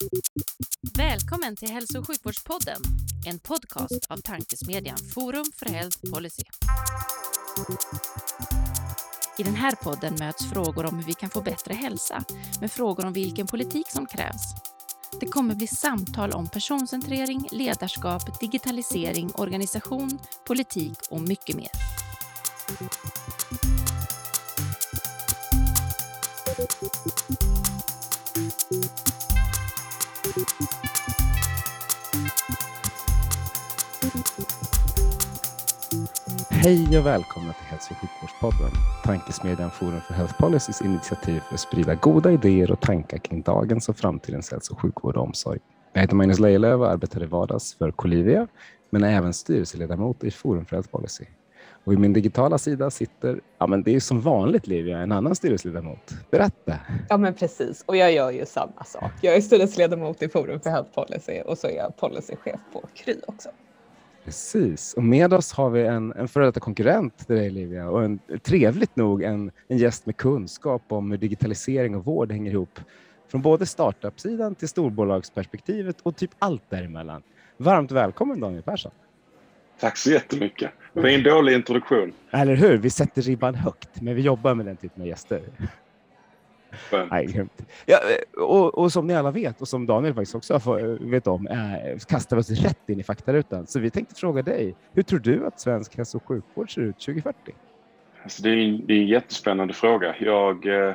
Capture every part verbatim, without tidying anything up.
Välkommen till Hälso- och sjukvårdspodden, en podcast av tankesmedjan Forum för Health Policy. I den här podden möts frågor om hur vi kan få bättre hälsa med frågor om vilken politik som krävs. Det kommer bli samtal om personcentrering, ledarskap, digitalisering, organisation, politik och mycket mer. Hej och välkomna till Hälso- och sjukvårdspodden, tankesmedjan Forum för Health Policys initiativ för att sprida goda idéer och tankar kring dagens och framtidens hälso- och sjukvård och omsorg. Jag heter Magnus Lejelöw och arbetar i vardags för Colivia, men är även styrelseledamot i Forum för Health Policy. Och i min digitala sida sitter, ja men det är som vanligt Livia, en annan styrelseledamot. Berätta! Ja men precis, och jag gör ju samma sak. Jag är styrelseledamot i Forum för Health Policy och så är jag policychef på Kry också. Precis, och med oss har vi en, en före detta konkurrent till dig Livia och en, trevligt nog en, en gäst med kunskap om hur digitalisering och vård hänger ihop från både startup-sidan till storbolagsperspektivet och typ allt däremellan. Varmt välkommen Daniel Persson. Tack så jättemycket. Det var en dålig introduktion. Eller hur? Vi sätter ribban högt, men vi jobbar med den typen av gäster. Nej, ja, och, och som ni alla vet och som Daniel faktiskt också vet om är, kastar vi oss rätt in i faktarutan. Så vi tänkte fråga dig, hur tror du att svensk hälso- och sjukvård ser ut tjugo fyrtio? Alltså det, är en, det är en jättespännande fråga. Jag, jag,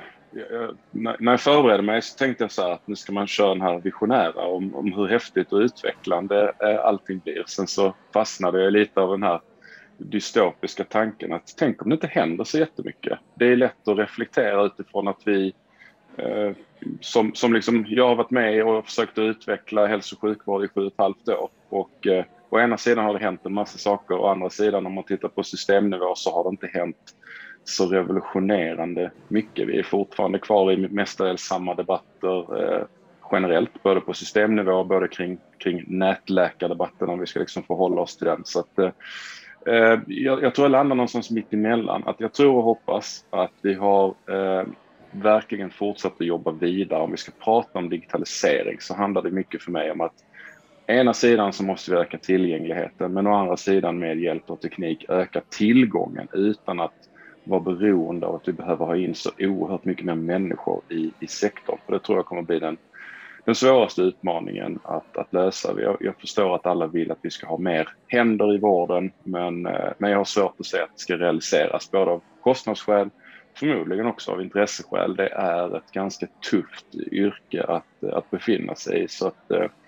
när jag förberedde mig så tänkte jag så här att nu ska man köra den här visionära om, om hur häftigt och utvecklande allting blir. Sen så fastnade jag lite av den här dystopiska tanken att tänk om det inte händer så jättemycket. Det är lätt att reflektera utifrån att vi Eh, som, som liksom jag har varit med och försökt att utveckla hälso- och sjukvård i sju och ett halvt år och eh, å ena sidan har det hänt en massa saker och å andra sidan om man tittar på systemnivå så har det inte hänt så revolutionerande mycket. Vi är fortfarande kvar i mestadels samma debatter eh, generellt, både på systemnivå och både kring, kring nätläkardebatten om vi ska liksom förhålla oss till den. Så att, eh, jag, jag tror jag landar någonstans mitt emellan. Att jag tror och hoppas att vi har eh, verkligen fortsatt att jobba vidare. Om vi ska prata om digitalisering så handlar det mycket för mig om att ena sidan så måste vi öka tillgängligheten men å andra sidan med hjälp av teknik öka tillgången utan att vara beroende av att vi behöver ha in så oerhört mycket mer människor i, i sektorn. För det tror jag kommer bli den, den svåraste utmaningen att, att lösa. Jag, jag förstår att alla vill att vi ska ha mer händer i vården men, men jag har svårt att se att det ska realiseras både av kostnadsskäl förmodligen också av intresseskäl. Det är ett ganska tufft yrke att, att befinna sig i. Så att,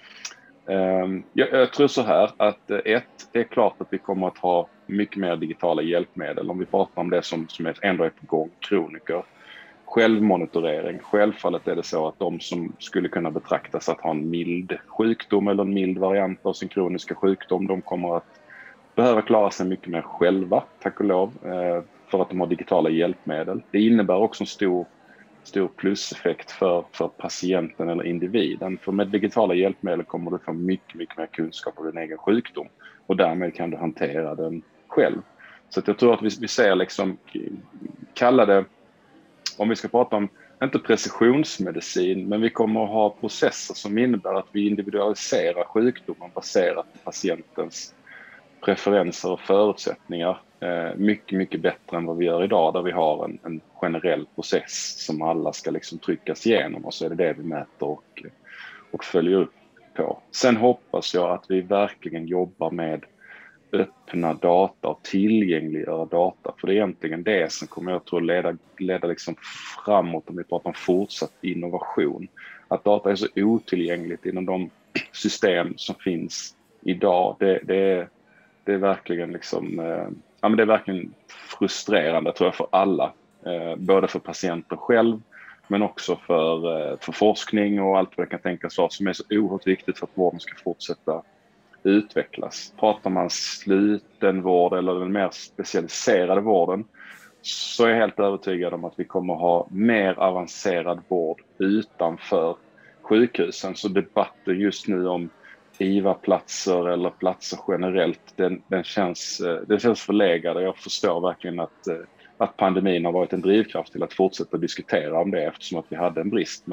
eh, jag, jag tror så här att ett, det är klart att vi kommer att ha mycket mer digitala hjälpmedel. Om vi pratar om det som, som ändå är på gång, kroniker. Självmonitorering. Självfallet är det så att de som skulle kunna betraktas att ha en mild sjukdom eller en mild variant av sin kroniska sjukdom, de kommer att behöva klara sig mycket mer själva, tack och lov. Eh, för att de har digitala hjälpmedel. Det innebär också en stor, stor pluseffekt för, för patienten eller individen. För med digitala hjälpmedel kommer du få mycket, mycket mer kunskap om din egen sjukdom. Och därmed kan du hantera den själv. Så att jag tror att vi, vi ser liksom, kalla det, om vi ska prata om, inte precisionsmedicin, men vi kommer att ha processer som innebär att vi individualiserar sjukdomen baserat på patientens preferenser och förutsättningar eh, mycket, mycket bättre än vad vi gör idag där vi har en, en generell process som alla ska liksom tryckas igenom och så är det det vi mäter och, och följer upp på. Sen hoppas jag att vi verkligen jobbar med öppna data och tillgängliggöra data för det är egentligen det som kommer jag tror leda, leda liksom framåt om vi pratar om fortsatt innovation. Att data är så otillgängligt inom de system som finns idag, det, det är Det är verkligen liksom, eh, ja men det är verkligen frustrerande tror jag för alla. Eh, både för patienten själv men också för, eh, för forskning och allt vad det kan tänkas vara som är så oerhört viktigt för att vården ska fortsätta utvecklas. Pratar man slutenvård eller den mer specialiserade vården så är jag helt övertygad om att vi kommer ha mer avancerad vård utanför sjukhusen. Så debatten just nu om I V A-platser eller platser generellt, den, den, känns, den känns förlegad och jag förstår verkligen att, att pandemin har varit en drivkraft till att fortsätta diskutera om det eftersom att vi hade en brist. Men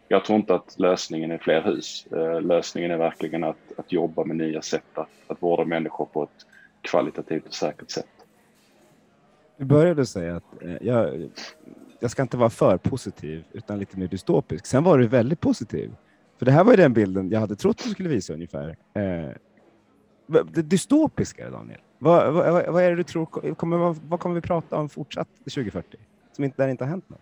jag tror inte att lösningen är fler hus. Lösningen är verkligen att, att jobba med nya sätt att, att vårda människor på ett kvalitativt och säkert sätt. Du började säga att jag, jag ska inte vara för positiv utan lite mer dystopisk. Sen var du väldigt positiv. För det här var ju den bilden jag hade trott du skulle visa ungefär. Eh, det dystopiska, Daniel. Vad, vad, vad är det du tror, kommer, vad, vad kommer vi prata om fortsatt tjugo fyrtio? Som inte, där inte har hänt något?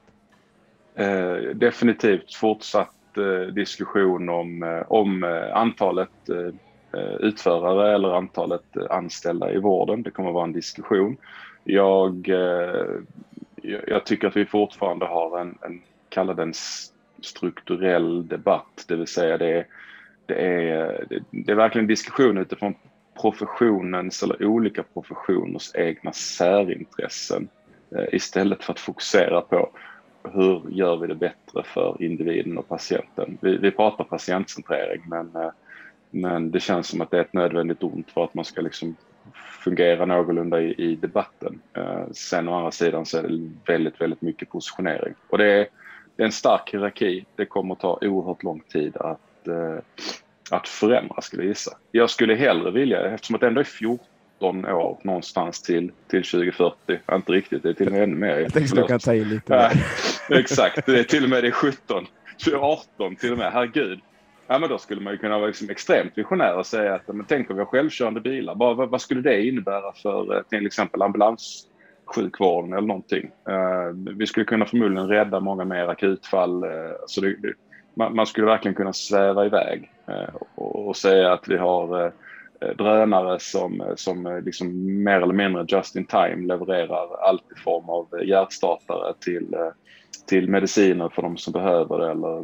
Eh, definitivt fortsatt eh, diskussion om, eh, om eh, antalet eh, utförare eller antalet eh, anställda i vården. Det kommer att vara en diskussion. Jag, eh, jag tycker att vi fortfarande har en, en kalla den strukturell debatt. Det vill säga det är, det är, det, det är verkligen diskussion utifrån professionens eller olika professioners egna särintressen eh, istället för att fokusera på hur gör vi det bättre för individen och patienten. Vi, vi pratar patientcentrering men, eh, men det känns som att det är ett nödvändigt ont för att man ska liksom fungera någorlunda i, i debatten. Eh, sen å andra sidan så är det väldigt, väldigt mycket positionering. Och det är, det är en stark hierarki. Det kommer att ta oerhört lång tid att, eh, att förändra, skulle jag gissa. Jag skulle hellre vilja, eftersom att det ändå är fjorton år någonstans till, till tjugo fyrtio. Inte riktigt, det är till och med ännu mer. Jag tänkte att du kan ta i lite mer. Ja, exakt, det är till och med det är sjutton, arton till och med, herregud. Ja, men då skulle man ju kunna vara liksom extremt visionär och säga att men tänk om vi har självkörande bilar. Vad, vad, vad skulle det innebära för till exempel ambulanssjukvården eller någonting? Uh, vi skulle kunna förmodligen rädda många mer akutfall. Uh, så det, det, man, man skulle verkligen kunna sväva iväg uh, och, och säga att vi har uh, drönare som, som liksom mer eller mindre just in time levererar allt i form av hjärtstartare till uh, till mediciner för de som behöver det eller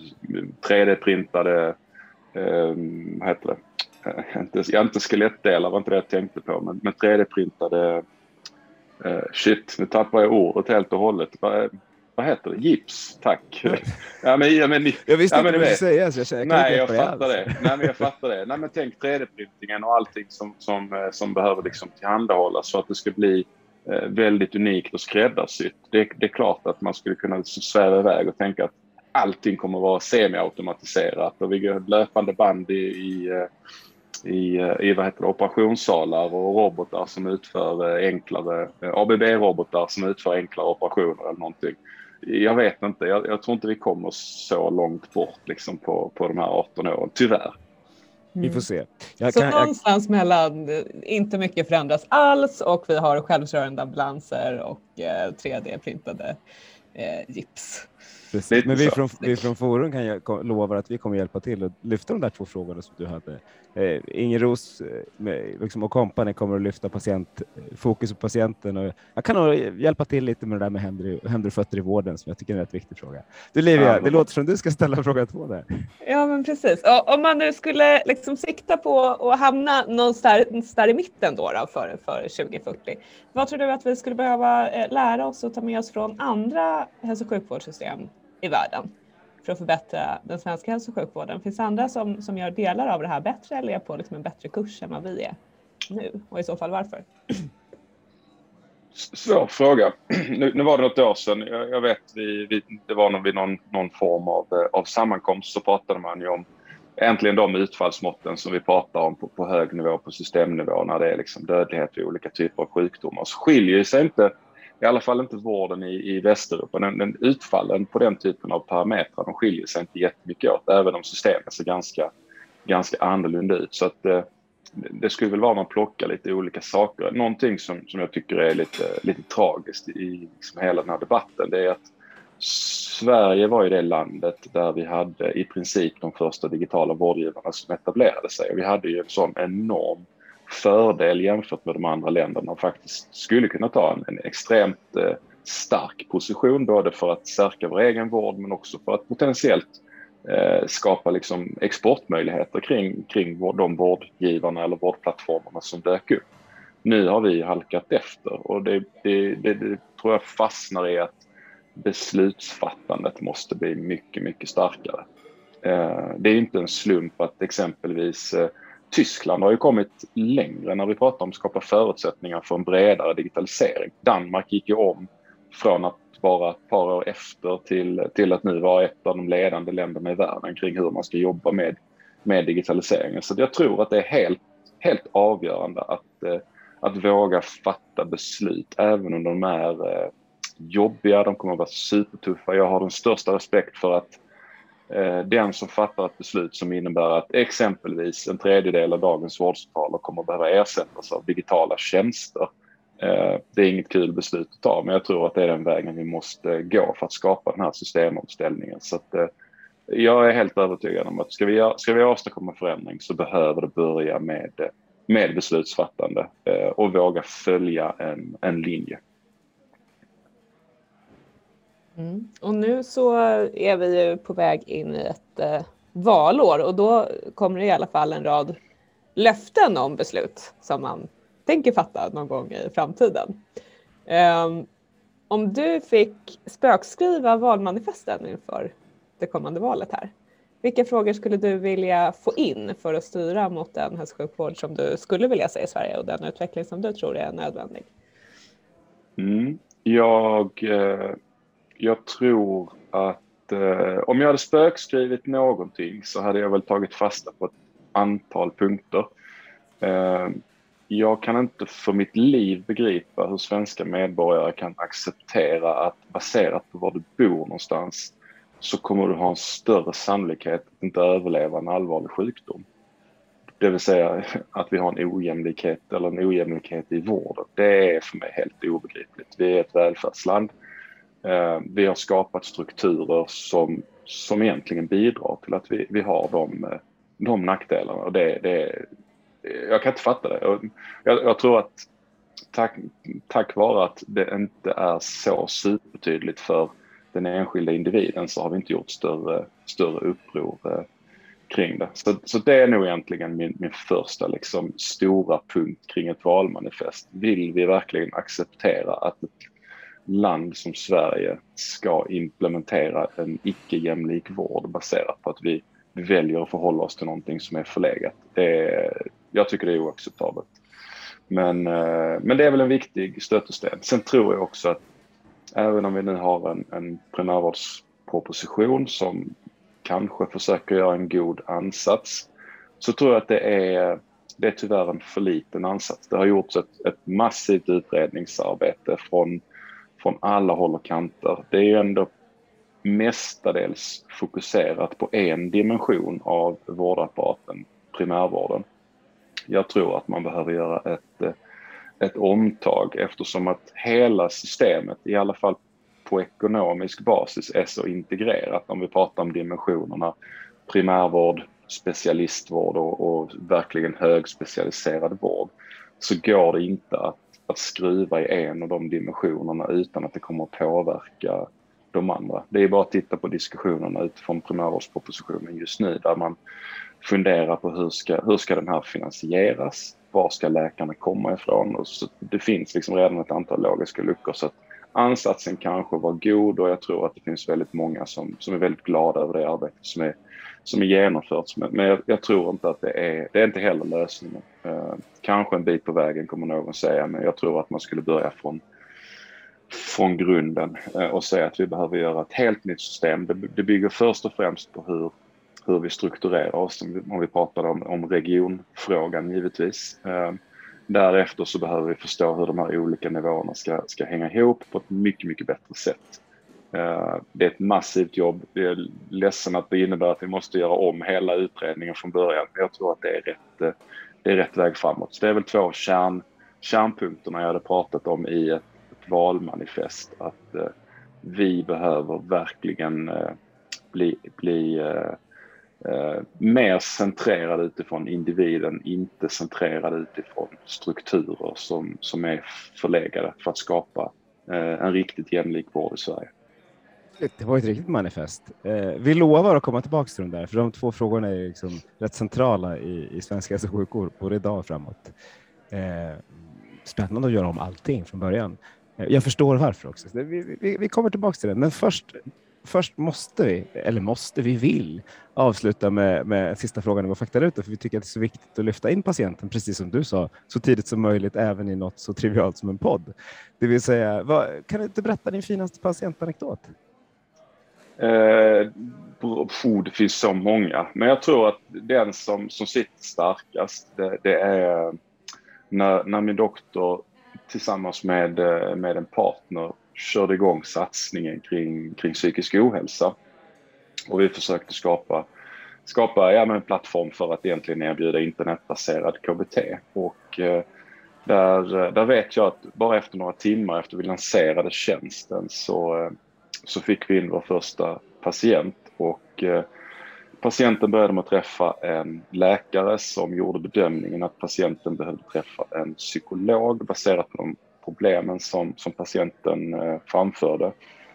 tre D-printade eh, vad heter det? Eh, inte, ja, inte skelettdelar var inte det jag tänkte på men, men tre D-printade eh, shit, nu tappar jag ordet helt och hållet. Va, vad heter det? Gips, tack. ja, men, ja, men, jag visste ja, inte men, vad du säga så jag känner, jag kan nej, inte jag fattar det. det. Nej, men jag fattar det. Nej, men tänk tre D-printingen och allting som, som, som behöver liksom tillhandahållas så att det ska bli väldigt unikt och skräddarsytt. Det, det är klart att man skulle kunna sväva iväg och tänka att allting kommer att vara semi-automatiserat och vi går löpande band i, i, i, i vad heter det, operationssalar och robotar som utför enklare, A B B-robotar som utför enklare operationer eller någonting. Jag vet inte, jag, jag tror inte vi kommer så långt bort liksom på, på de här arton åren, tyvärr. Vi får se. Jag så kan, någonstans jag... mellan inte mycket förändras alls och vi har självkörande ambulanser och eh, tre D-printade eh, gips. Precis. Men vi från, vi från Forum kan jag lova att vi kommer hjälpa till och lyfta de där två frågorna som du hade. Eh, Inger Ros med, liksom, och kompani kommer att lyfta patient, fokus på patienten. Och jag kan nog hjälpa till lite med det där med händer, händer och fötter i vården som jag tycker är en rätt viktig fråga. Du Livia, ja, det låter som du ska ställa fråga två där. Ja men precis. Och om man nu skulle liksom sikta på att hamna någonstans där i mitten då, då för, för tjugo fyrtio. Vad tror du att vi skulle behöva lära oss och ta med oss från andra hälso- och sjukvårdssystem i världen för att förbättra den svenska hälso- och sjukvården? Finns det andra som, som gör delar av det här bättre eller är på liksom en bättre kurs än vad vi är nu? Och i så fall varför? Svår fråga. Nu, nu var det något år sedan. Jag, jag vet, vi, vi, det var vid någon, någon form av, av sammankomst så pratade man ju om äntligen de utfallsmåtten som vi pratar om på, på hög nivå, på systemnivå när det är liksom dödlighet vid olika typer av sjukdomar. Så skiljer sig inte i alla fall inte vården i, i Västeuropa. Den, den utfallen på den typen av parametrar de skiljer sig inte jättemycket åt. Även om systemet ser ganska, ganska annorlunda ut. Så att, eh, det skulle väl vara att man plockar lite olika saker. Någonting som, som jag tycker är lite, lite tragiskt i liksom hela den här debatten. Det är att Sverige var ju det landet där vi hade i princip de första digitala vårdgivarna som etablerade sig. Och vi hade ju en sån enorm fördel jämfört med de andra länderna och faktiskt skulle kunna ta en, en extremt eh, stark position både för att stärka vår egen vård men också för att potentiellt eh, skapa liksom exportmöjligheter kring, kring vår, de vårdgivarna eller vårdplattformarna som dök upp. Nu har vi halkat efter och det, det, det, det tror jag fastnar i att beslutsfattandet måste bli mycket, mycket starkare. Eh, det är inte en slump att exempelvis eh, Tyskland har ju kommit längre när vi pratar om att skapa förutsättningar för en bredare digitalisering. Danmark gick ju om från att bara ett par år efter till, till att nu vara ett av de ledande länderna i världen kring hur man ska jobba med, med digitaliseringen. Så jag tror att det är helt, helt avgörande att, eh, att våga fatta beslut, även om de är eh, jobbiga, de kommer att vara supertuffa. Jag har den största respekt för att eh, den som fattar ett beslut som innebär att exempelvis en tredjedel av dagens vårdcentraler kommer att behöva ersättas av digitala tjänster. Eh, det är inget kul beslut att ta, men jag tror att det är den vägen vi måste gå för att skapa den här systemomställningen. Så att, eh, jag är helt övertygad om att ska vi, ska vi åstadkomma förändring så behöver det börja med, med beslutsfattande eh, och våga följa en, en linje. Mm. Och nu så är vi ju på väg in i ett eh, valår och då kommer det i alla fall en rad löften om beslut som man tänker fatta någon gång i framtiden. Um, om du fick spökskriva valmanifesten inför det kommande valet här, vilka frågor skulle du vilja få in för att styra mot den hälso- och sjukvård som du skulle vilja se i Sverige och den utveckling som du tror är nödvändig? Mm. Jag... Eh... Jag tror att eh, om jag hade spökskrivit någonting så hade jag väl tagit fasta på ett antal punkter. Eh, jag kan inte för mitt liv begripa hur svenska medborgare kan acceptera att baserat på var du bor någonstans så kommer du ha en större sannolikhet att inte överleva en allvarlig sjukdom. Det vill säga att vi har en ojämlikhet eller en ojämlikhet i vården. Det är för mig helt obegripligt. Vi är ett välfärdsland. Vi har skapat strukturer som, som egentligen bidrar till att vi, vi har de, de nackdelarna. Och det, det, jag kan inte fatta det. Jag, jag tror att tack, tack vare att det inte är så supertydligt för den enskilda individen så har vi inte gjort större, större uppror kring det. Så, så det är nog egentligen min, min första liksom, stora punkt kring ett valmanifest. Vill vi verkligen acceptera att ett land som Sverige ska implementera en icke-jämlik vård baserat på att vi väljer att förhålla oss till någonting som är förlegat. Det är, jag tycker det är oacceptabelt. Men, men det är väl en viktig stötesten. Sen tror jag också att även om vi nu har en, en primärvårdsproposition som kanske försöker göra en god ansats så tror jag att det är, det är tyvärr en för liten ansats. Det har gjorts ett, ett massivt utredningsarbete från från alla håll och kanter. Det är ju ändå mestadels fokuserat på en dimension av vårdapparaten, primärvården. Jag tror att man behöver göra ett, ett omtag eftersom att hela systemet, i alla fall på ekonomisk basis, är så integrerat om vi pratar om dimensionerna primärvård, specialistvård och, och verkligen högspecialiserad vård, så går det inte att att skruva i en av de dimensionerna utan att det kommer att påverka de andra. Det är bara att titta på diskussionerna utifrån primärvårdspropositionen just nu där man funderar på hur ska, hur ska den här finansieras, var ska läkarna komma ifrån och så det finns liksom redan ett antal logiska luckor så att ansatsen kanske var god och jag tror att det finns väldigt många som, som är väldigt glada över det arbetet som är, som är genomfört. Men, men jag, jag tror inte att det är, det är inte heller lösningen. Eh, kanske en bit på vägen kommer någon säga, men jag tror att man skulle börja från, från grunden eh, och säga att vi behöver göra ett helt nytt system. Det, det bygger först och främst på hur, hur vi strukturerar oss, om vi pratar om, om regionfrågan givetvis. Eh, Därefter så behöver vi förstå hur de här olika nivåerna ska, ska hänga ihop på ett mycket, mycket bättre sätt. Uh, det är ett massivt jobb. Det är ledsen att det innebär att vi måste göra om hela utredningen från början. Jag tror att det är rätt, det är rätt väg framåt. Så det är väl två kärn, kärnpunkterna jag hade pratat om i ett, ett valmanifest. Att uh, vi behöver verkligen uh, bli... bli uh, Uh, mer centrerad utifrån individen, inte centrerad utifrån strukturer som, som är förlegade för att skapa uh, en riktigt jämlik vård i Sverige. Det var ett riktigt manifest. Uh, vi lovar att komma tillbaka till dem där, för de två frågorna är liksom rätt centrala i, i svenska hälso- och sjukvård, både idag och framåt. Uh, spännande att göra om allting från början. Uh, jag förstår varför också. Vi, vi, vi kommer tillbaka till det, men först först måste vi, eller måste vi vill, avsluta med, med sista frågan om vår faktaruta, för vi tycker att det är så viktigt att lyfta in patienten, precis som du sa, så tidigt som möjligt, även i något så trivialt som en podd. Det vill säga, vad, kan du inte berätta din finaste patientanekdot? Eh, det finns så många, men jag tror att den som, som sitter starkast, det, det är när, när min doktor tillsammans med, med en partner körde igång satsningen kring, kring psykisk ohälsa. Och vi försökte skapa, skapa ja, en plattform för att egentligen erbjuda internetbaserad K B T. Och eh, där, där vet jag att bara efter några timmar efter vi lanserade tjänsten så, eh, så fick vi in vår första patient. Och eh, patienten började med att träffa en läkare som gjorde bedömningen att patienten behövde träffa en psykolog baserat på de problemen som, som patienten eh, framförde.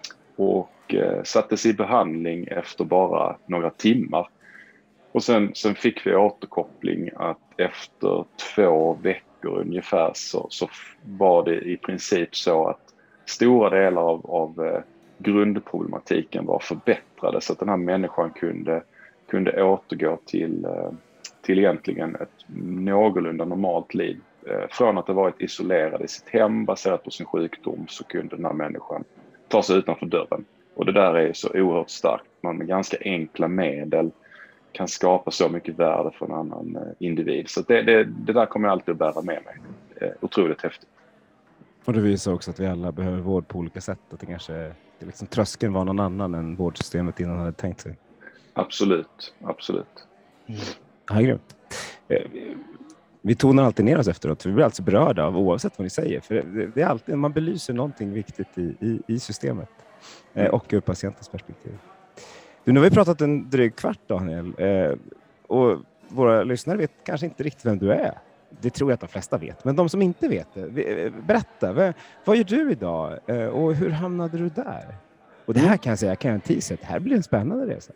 Och eh, sattes i behandling efter bara några timmar. Och sen, sen fick vi återkoppling att efter två veckor ungefär så, så var det i princip så att stora delar av, av eh, grundproblematiken var förbättrade, så att den här människan kunde, kunde återgå till, eh, till egentligen ett någorlunda normalt liv. Eh, från att ha varit isolerad i sitt hem baserat på sin sjukdom så kunde den här människan ta sig utanför dörren. Och det där är så oerhört starkt. Man med ganska enkla medel kan skapa så mycket värde för en annan eh, individ. Så det, det, det där kommer jag alltid att bära med mig. Eh, otroligt häftigt. Och det visar också att vi alla behöver vård på olika sätt. Att det kanske det liksom, tröskeln var någon annan än vårdsystemet innan hade tänkt sig. Absolut, absolut. Mm. Ja, grymt. Eh, vi tonar alltid ner oss efteråt. För vi blir alltså berörda av oavsett vad ni säger. För det, det är alltid, man belyser någonting viktigt i, i, i systemet. Eh, och ur patientens perspektiv. Du, nu har vi pratat en dryg kvart, Daniel. Eh, och våra lyssnare vet kanske inte riktigt vem du är. Det tror jag att de flesta vet. Men de som inte vet det, berätta. Vad, vad gör du idag? Eh, och hur hamnade du där? Och det här kan jag säga, kan jag en teaser. Det här blir en spännande resa.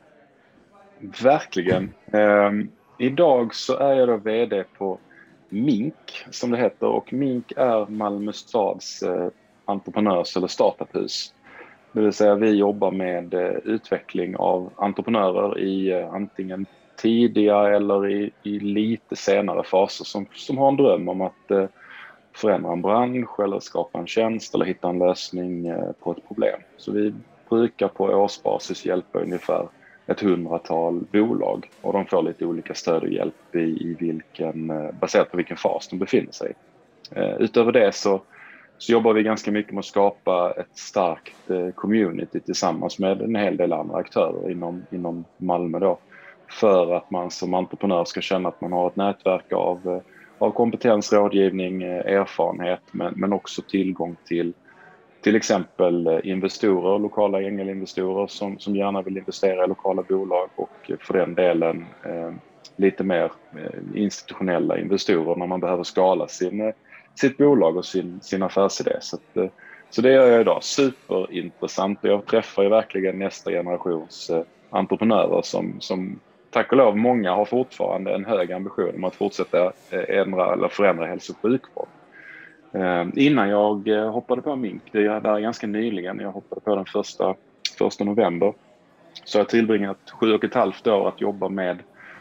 Verkligen. Eh, idag så är jag då vd på Mink, som det heter. Och Mink är Malmö stads eh, entreprenörs- eller startuphus. Det vill säga vi jobbar med eh, utveckling av entreprenörer i eh, antingen tidiga eller i, i lite senare faser som, som har en dröm om att eh, förändra en bransch eller skapa en tjänst eller hitta en lösning eh, på ett problem. Så vi brukar på årsbasis hjälpa ungefär ett hundratal bolag och de får lite olika stöd och hjälp i, i vilken, eh, baserat på vilken fas de befinner sig i. Eh, utöver det så Så jobbar vi ganska mycket med att skapa ett starkt community tillsammans med en hel del andra aktörer inom, inom Malmö då. För att man som entreprenör ska känna att man har ett nätverk av, av kompetens, rådgivning, erfarenhet men, men också tillgång till till exempel investorer, lokala ängelinvestorer som, som gärna vill investera i lokala bolag och för den delen eh, lite mer eh, institutionella investorer när man behöver skala sin sitt bolag och sin, sin affärsidé. Så, att, så det gör jag idag. Superintressant. Jag träffar ju verkligen nästa generations eh, entreprenörer som, som tack och lov många har fortfarande en hög ambition om att fortsätta eh, ändra eller förändra hälso- och sjukvård. Eh, innan jag eh, hoppade på Mink, det är där ganska nyligen, jag hoppade på den första, första november, så jag har tillbringat sju och ett halvt år att jobba med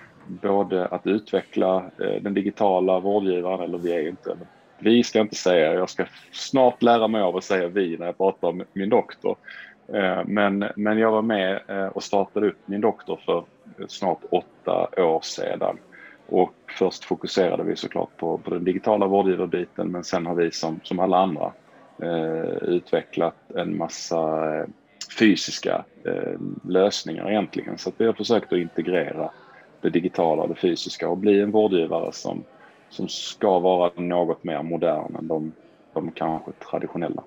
både att utveckla eh, den digitala vårdgivaren, eller vi är ju inte Vi ska inte säga, jag ska snart lära mig av att säga vi när jag pratar om min doktor. Men, men jag var med och startade upp min doktor för snart åtta år sedan. Och först fokuserade vi såklart på, på den digitala vårdgivarbiten, men sen har vi som, som alla andra eh, utvecklat en massa fysiska eh, lösningar egentligen. Så att vi har försökt att integrera det digitala och det fysiska och bli en vårdgivare som som ska vara något mer modern än de, de kanske traditionella.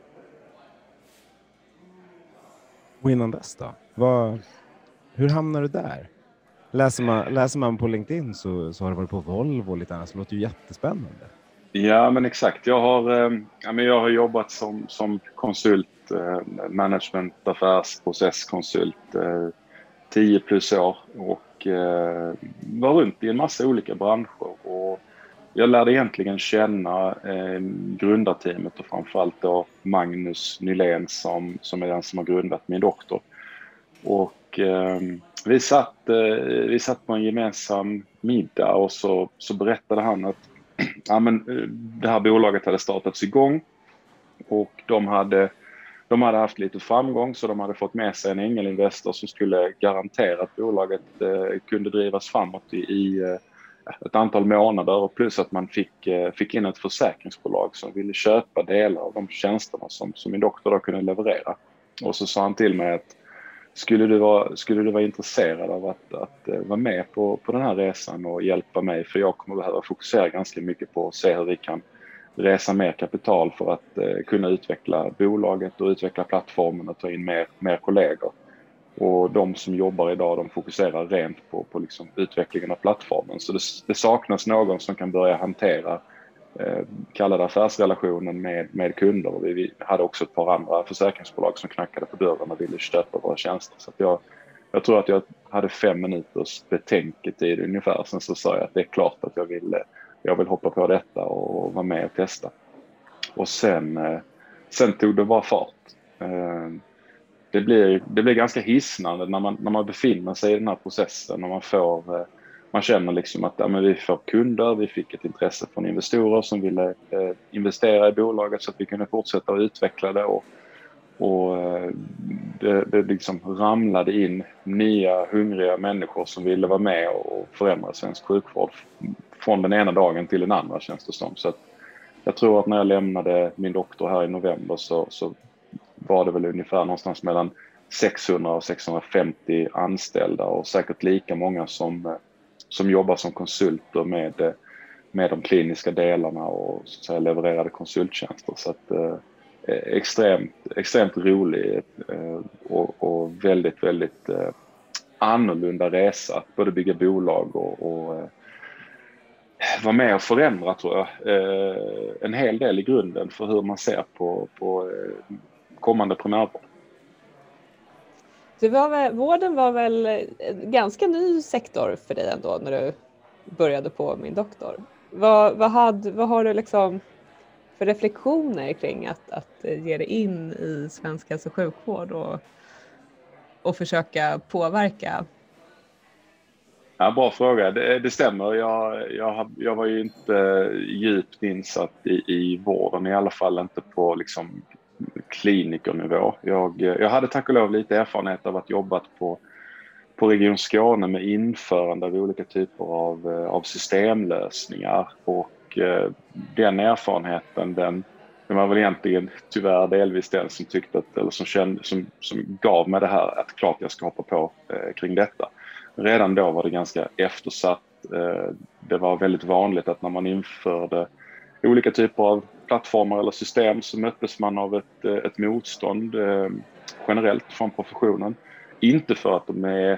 Och innan dess då? Vad, hur hamnar du där? Läser man, läser man på LinkedIn så, så har du varit på Volvo och lite annat. Det låter ju jättespännande. Ja, men exakt. Jag har, eh, ja, men jag har jobbat som, som konsult, eh, management, affärs, processkonsult eh, tio plus år och eh, var runt i en massa olika branscher. Och jag lärde egentligen känna eh, grundarteamet och framförallt då Magnus Nylén som, som är den som har grundat min doktor. Och eh, vi, satt, eh, vi satt på en gemensam middag och så, så berättade han att ja, men, det här bolaget hade startats igång och de hade, de hade haft lite framgång, så de hade fått med sig en ängelinvestor som skulle garantera att bolaget eh, kunde drivas framåt i, i eh, ett antal månader, och plus att man fick, eh, fick in ett försäkringsbolag som ville köpa delar av de tjänsterna som, som min doktor då kunde leverera. Och så sa han till mig att skulle du vara, skulle du vara intresserad av att, att uh, vara med på, på den här resan och hjälpa mig, för jag kommer behöva fokusera ganska mycket på att se hur vi kan resa mer kapital för att uh, kunna utveckla bolaget och utveckla plattformen och ta in mer, mer kollegor. Och de som jobbar idag, de fokuserar rent på, på liksom utvecklingen av plattformen. Så det, det saknas någon som kan börja hantera eh, kallade affärsrelationen med, med kunder. Och vi, vi hade också ett par andra försäkringsbolag som knackade på dörren och ville köpa våra tjänster. Så att jag, jag tror att jag hade fem minuters betänketid ungefär. Sen så sa jag att det är klart att jag vill, jag vill hoppa på detta och vara med och testa. Och sen, eh, sen tog det bara fart. Eh, Det blir, det blir ganska hisnande när man, när man befinner sig i den här processen och man, får, man känner liksom att ja, men vi får kunder, vi fick ett intresse från investerare som ville eh, investera i bolaget så att vi kunde fortsätta att utveckla det, och, och det, det liksom ramlade in nya hungriga människor som ville vara med och förändra svensk sjukvård från den ena dagen till den andra, känns det som. Så att jag tror att när jag lämnade min doktor här i november så, så var det väl ungefär någonstans mellan sexhundra och sexhundrafemtio anställda, och säkert lika många som, som jobbar som konsulter med, med de kliniska delarna och så att säga, levererade konsulttjänster. Så att, eh, extremt, extremt rolig eh, och, och väldigt, väldigt eh, annorlunda resa. Både bygga bolag och, och eh, vara med och förändra, tror jag. Eh, en hel del i grunden för hur man ser på, på eh, kommande primärvård. Det var väl, vården var väl en ganska ny sektor för dig ändå när du började på min doktor. Vad, vad, hade, vad har du liksom för reflektioner kring att, att ge dig in i svensk hälso- och sjukvård och, och försöka påverka? Ja, bra fråga. Det, det stämmer. Jag, jag, jag var ju inte djupt insatt i, i vården, i alla fall inte på liksom klinikernivå. Jag, jag hade tack och lov lite erfarenhet av att jobbat på, på Region Skåne med införande av olika typer av, av systemlösningar, och eh, den erfarenheten den, den var väl egentligen tyvärr delvis den som tyckte att, eller som, kände, som, som gav mig det här att klart jag ska hoppa på eh, kring detta. Redan då var det ganska eftersatt. Eh, det var väldigt vanligt att när man införde olika typer av plattformar eller system så möttes man av ett, ett motstånd eh, generellt från professionen. Inte för att de är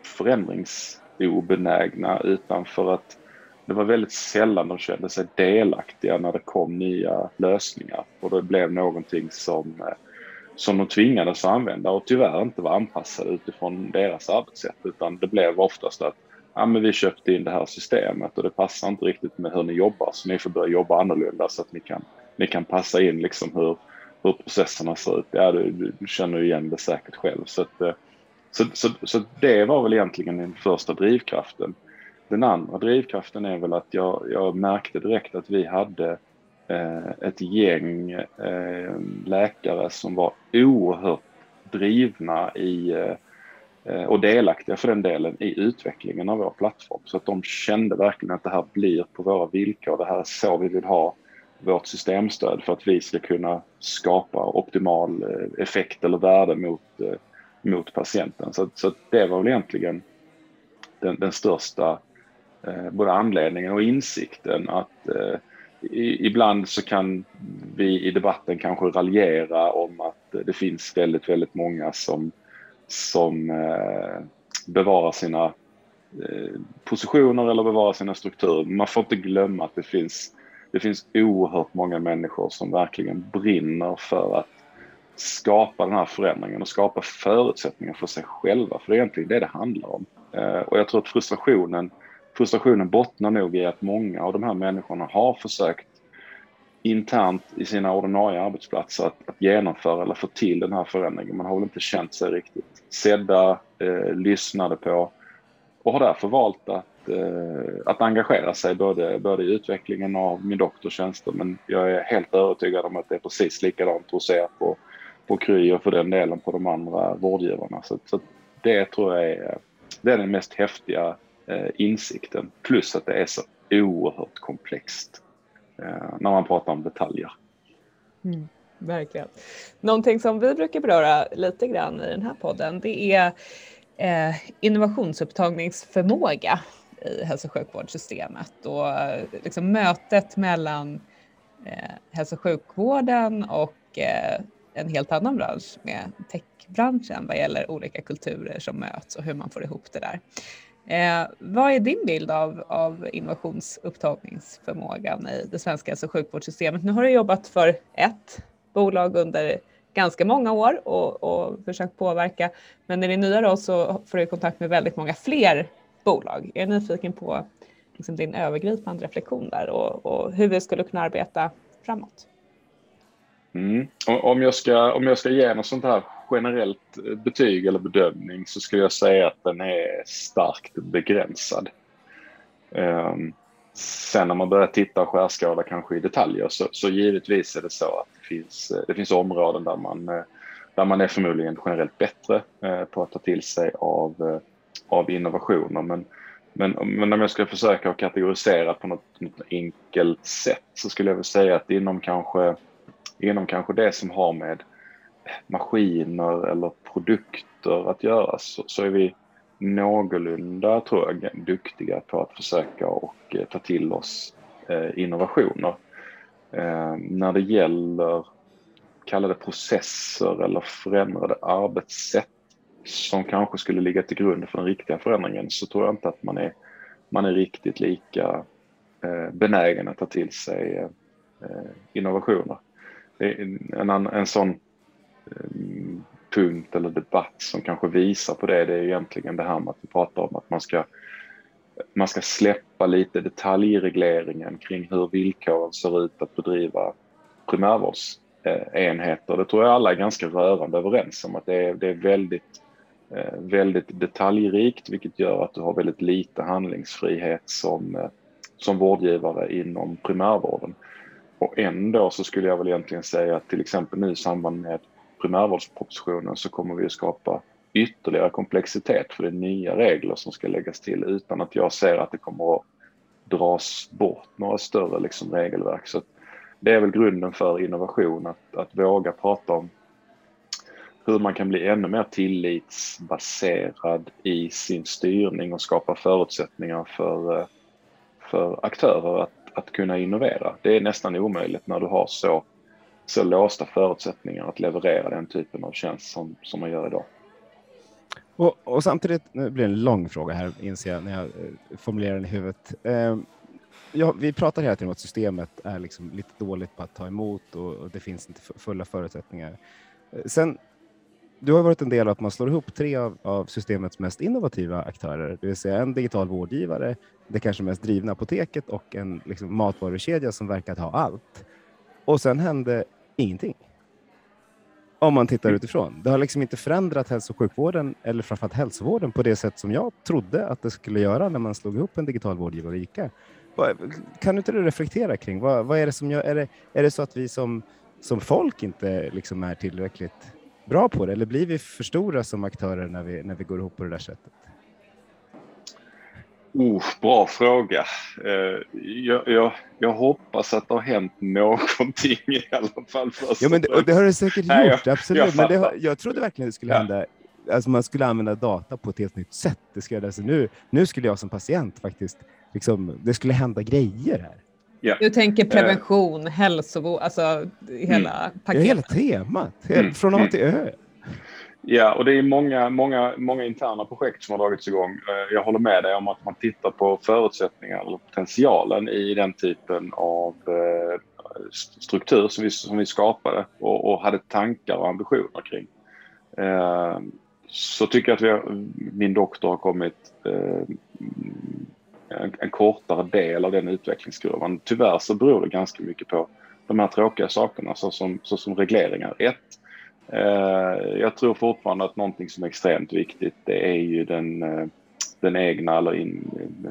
förändringsobenägna, utan för att det var väldigt sällan de kände sig delaktiga när det kom nya lösningar. Och det blev någonting som, eh, som de tvingades att använda och tyvärr inte var anpassade utifrån deras arbetssätt. Utan det blev oftast att ja, men vi köpte in det här systemet och det passar inte riktigt med hur ni jobbar, så ni får börja jobba annorlunda så att ni kan, ni kan passa in liksom hur, hur processerna ser ut. Ja, du, du känner igen det säkert själv. Så, att, så, så, så det var väl egentligen den första drivkraften. Den andra drivkraften är väl att jag, jag märkte direkt att vi hade eh, ett gäng eh, läkare som var oerhört drivna i eh, och delaktiga för den delen i utvecklingen av vår plattform, så att de kände verkligen att det här blir på våra villkor, det här är så vi vill ha vårt systemstöd för att vi ska kunna skapa optimal effekt eller värde mot, mot patienten. Så, så det var väl egentligen den, den största eh, både anledningen och insikten att eh, i, ibland så kan vi i debatten kanske raljera om att det finns väldigt, väldigt många som som eh, bevarar sina eh, positioner eller bevarar sina strukturer. Man får inte glömma att det finns, det finns oerhört många människor som verkligen brinner för att skapa den här förändringen och skapa förutsättningar för sig själva. För det är egentligen det det handlar om. Eh, och jag tror att frustrationen, frustrationen bottnar nog i att många av de här människorna har försökt internt i sina ordinarie arbetsplatser att, att genomföra eller få till den här förändringen. Man har väl inte känt sig riktigt sedda, eh, lyssnade på och har därför valt att, eh, att engagera sig både, både i utvecklingen av min doktortjänster, men jag är helt övertygad om att det är precis likadant hos er på, på Kry och för den delen på de andra vårdgivarna. Så, så det tror jag är, det är den mest häftiga eh, insikten, plus att det är så oerhört komplext eh, när man pratar om detaljer. Mm, verkligen. Någonting som vi brukar beröra lite grann i den här podden, det är eh, innovationsupptagningsförmåga i hälso- och sjukvårdssystemet och eh, liksom mötet mellan eh, hälso- och sjukvården och eh, en helt annan bransch med techbranschen vad gäller olika kulturer som möts och hur man får ihop det där. Eh, vad är din bild av, av innovationsupptagningsförmågan i det svenska hälso- och sjukvårdssystemet? Nu har du jobbat för ett bolag under ganska många år och, och försökt påverka, men när det är nya då så får du kontakt med väldigt många fler bolag. Jag är nyfiken på liksom, din övergripande reflektion där och, och hur vi skulle kunna arbeta framåt. Mm. Om, jag ska, om jag ska ge något sånt här generellt betyg eller bedömning så skulle jag säga att den är starkt begränsad. Um, sen när man börjar titta och skärskåda kanske i detaljer så, så givetvis är det så att det finns, det finns områden där man, där man är förmodligen generellt bättre uh, på att ta till sig av, uh, av innovationer. Men, men, men om jag ska försöka att kategorisera på något, något enkelt sätt så skulle jag väl säga att inom kanske inom kanske det som har med maskiner eller produkter att göra så, så är vi någorlunda, tror jag, duktiga på att försöka och eh, ta till oss eh, innovationer. Eh, när det gäller kallade processer eller förändrade arbetssätt som kanske skulle ligga till grund för den riktiga förändringen så tror jag inte att man är, man är riktigt lika eh, benägen att ta till sig eh, innovationer. En, en, en sån um, punkt eller debatt som kanske visar på det, det är egentligen det här med att vi pratar om att man ska, man ska släppa lite detaljregleringen kring hur villkoren ser ut att bedriva primärvårdsenheter. Det tror jag alla är ganska rörande överens om att det är, det är väldigt, väldigt detaljrikt, vilket gör att du har väldigt lite handlingsfrihet som, som vårdgivare inom primärvården. Och ändå så skulle jag väl egentligen säga att till exempel nu i samband med primärvårdspropositionen så kommer vi att skapa ytterligare komplexitet för det nya regler som ska läggas till utan att jag ser att det kommer att dras bort några större liksom, regelverk. Så det är väl grunden för innovation, att, att våga prata om hur man kan bli ännu mer tillitsbaserad i sin styrning och skapa förutsättningar för, för aktörer att att kunna innovera. Det är nästan omöjligt när du har så, så låsta förutsättningar att leverera den typen av tjänst som, som man gör idag. Och, och samtidigt, nu blir det en lång fråga här, inser jag när jag eh, formulerar den i huvudet. Eh, ja, vi pratar hela tiden om att systemet är liksom lite dåligt på att ta emot och, och det finns inte fulla förutsättningar. Eh, sen, du har varit en del av att man slår ihop tre av, av systemets mest innovativa aktörer, det vill säga en digital vårdgivare, det kanske mest drivna apoteket och en liksom, matvarukedja som verkar ha allt. Och sen hände ingenting. Om man tittar utifrån. Det har liksom inte förändrat hälso- och sjukvården eller framförallt hälsovården på det sätt som jag trodde att det skulle göra när man slog ihop en digital vårdgivare och ICA. Kan du inte reflektera kring vad, vad är det som gör, är det, är det så att vi som, som folk inte liksom är tillräckligt bra på det, eller blir vi för stora som aktörer när vi, när vi går ihop på det där sättet? Oh, bra fråga. Jag, jag, jag hoppas att det har hänt någonting i alla fall. Ja, men det, och det har det säkert gjort, Nej, jag, absolut. jag men det har, jag trodde verkligen det skulle ja. hända. Alltså man skulle använda data på ett helt nytt sätt. Det skulle, alltså nu, nu skulle jag som patient faktiskt, liksom, det skulle hända grejer här. Ja. Du tänker prevention, uh, hälsovård, alltså hela mm. paketet. Ja, hela temat, mm. från A till Ö. Ja, och det är många, många, många interna projekt som har dragits igång. Jag håller med dig om att man tittar på förutsättningar eller potentialen i den typen av struktur som vi, som vi skapade och, och hade tankar och ambitioner kring. Så tycker jag att vi har, min doktor har kommit en, en kortare del av den utvecklingskurvan. Tyvärr så beror det ganska mycket på de här tråkiga sakerna så som, så som regleringar. Ett, eh, jag tror fortfarande att någonting som är extremt viktigt, det är ju den, eh, den egna eller in,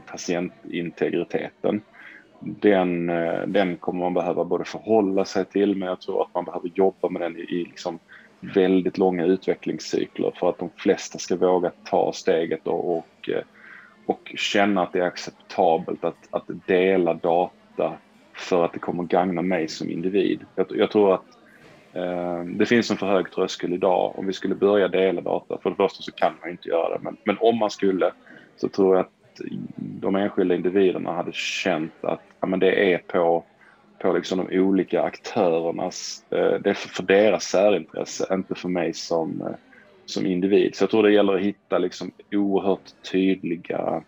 patientintegriteten. Den, eh, den kommer man behöva både förhålla sig till, men jag tror att man behöver jobba med den i, i liksom väldigt långa utvecklingscykler för att de flesta ska våga ta steget och, och, och känna att det är acceptabelt att, att dela data för att det kommer gagna mig som individ. Jag, jag tror att eh, det finns en för hög tröskel idag. Om vi skulle börja dela data, för det första så kan man inte göra det, men, men om man skulle, så tror jag att de enskilda individerna hade känt att ja, men det är på, på liksom de olika aktörernas, eh, det är för, för deras särintresse, inte för mig som, eh, som individ. Så jag tror det gäller att hitta liksom oerhört tydliga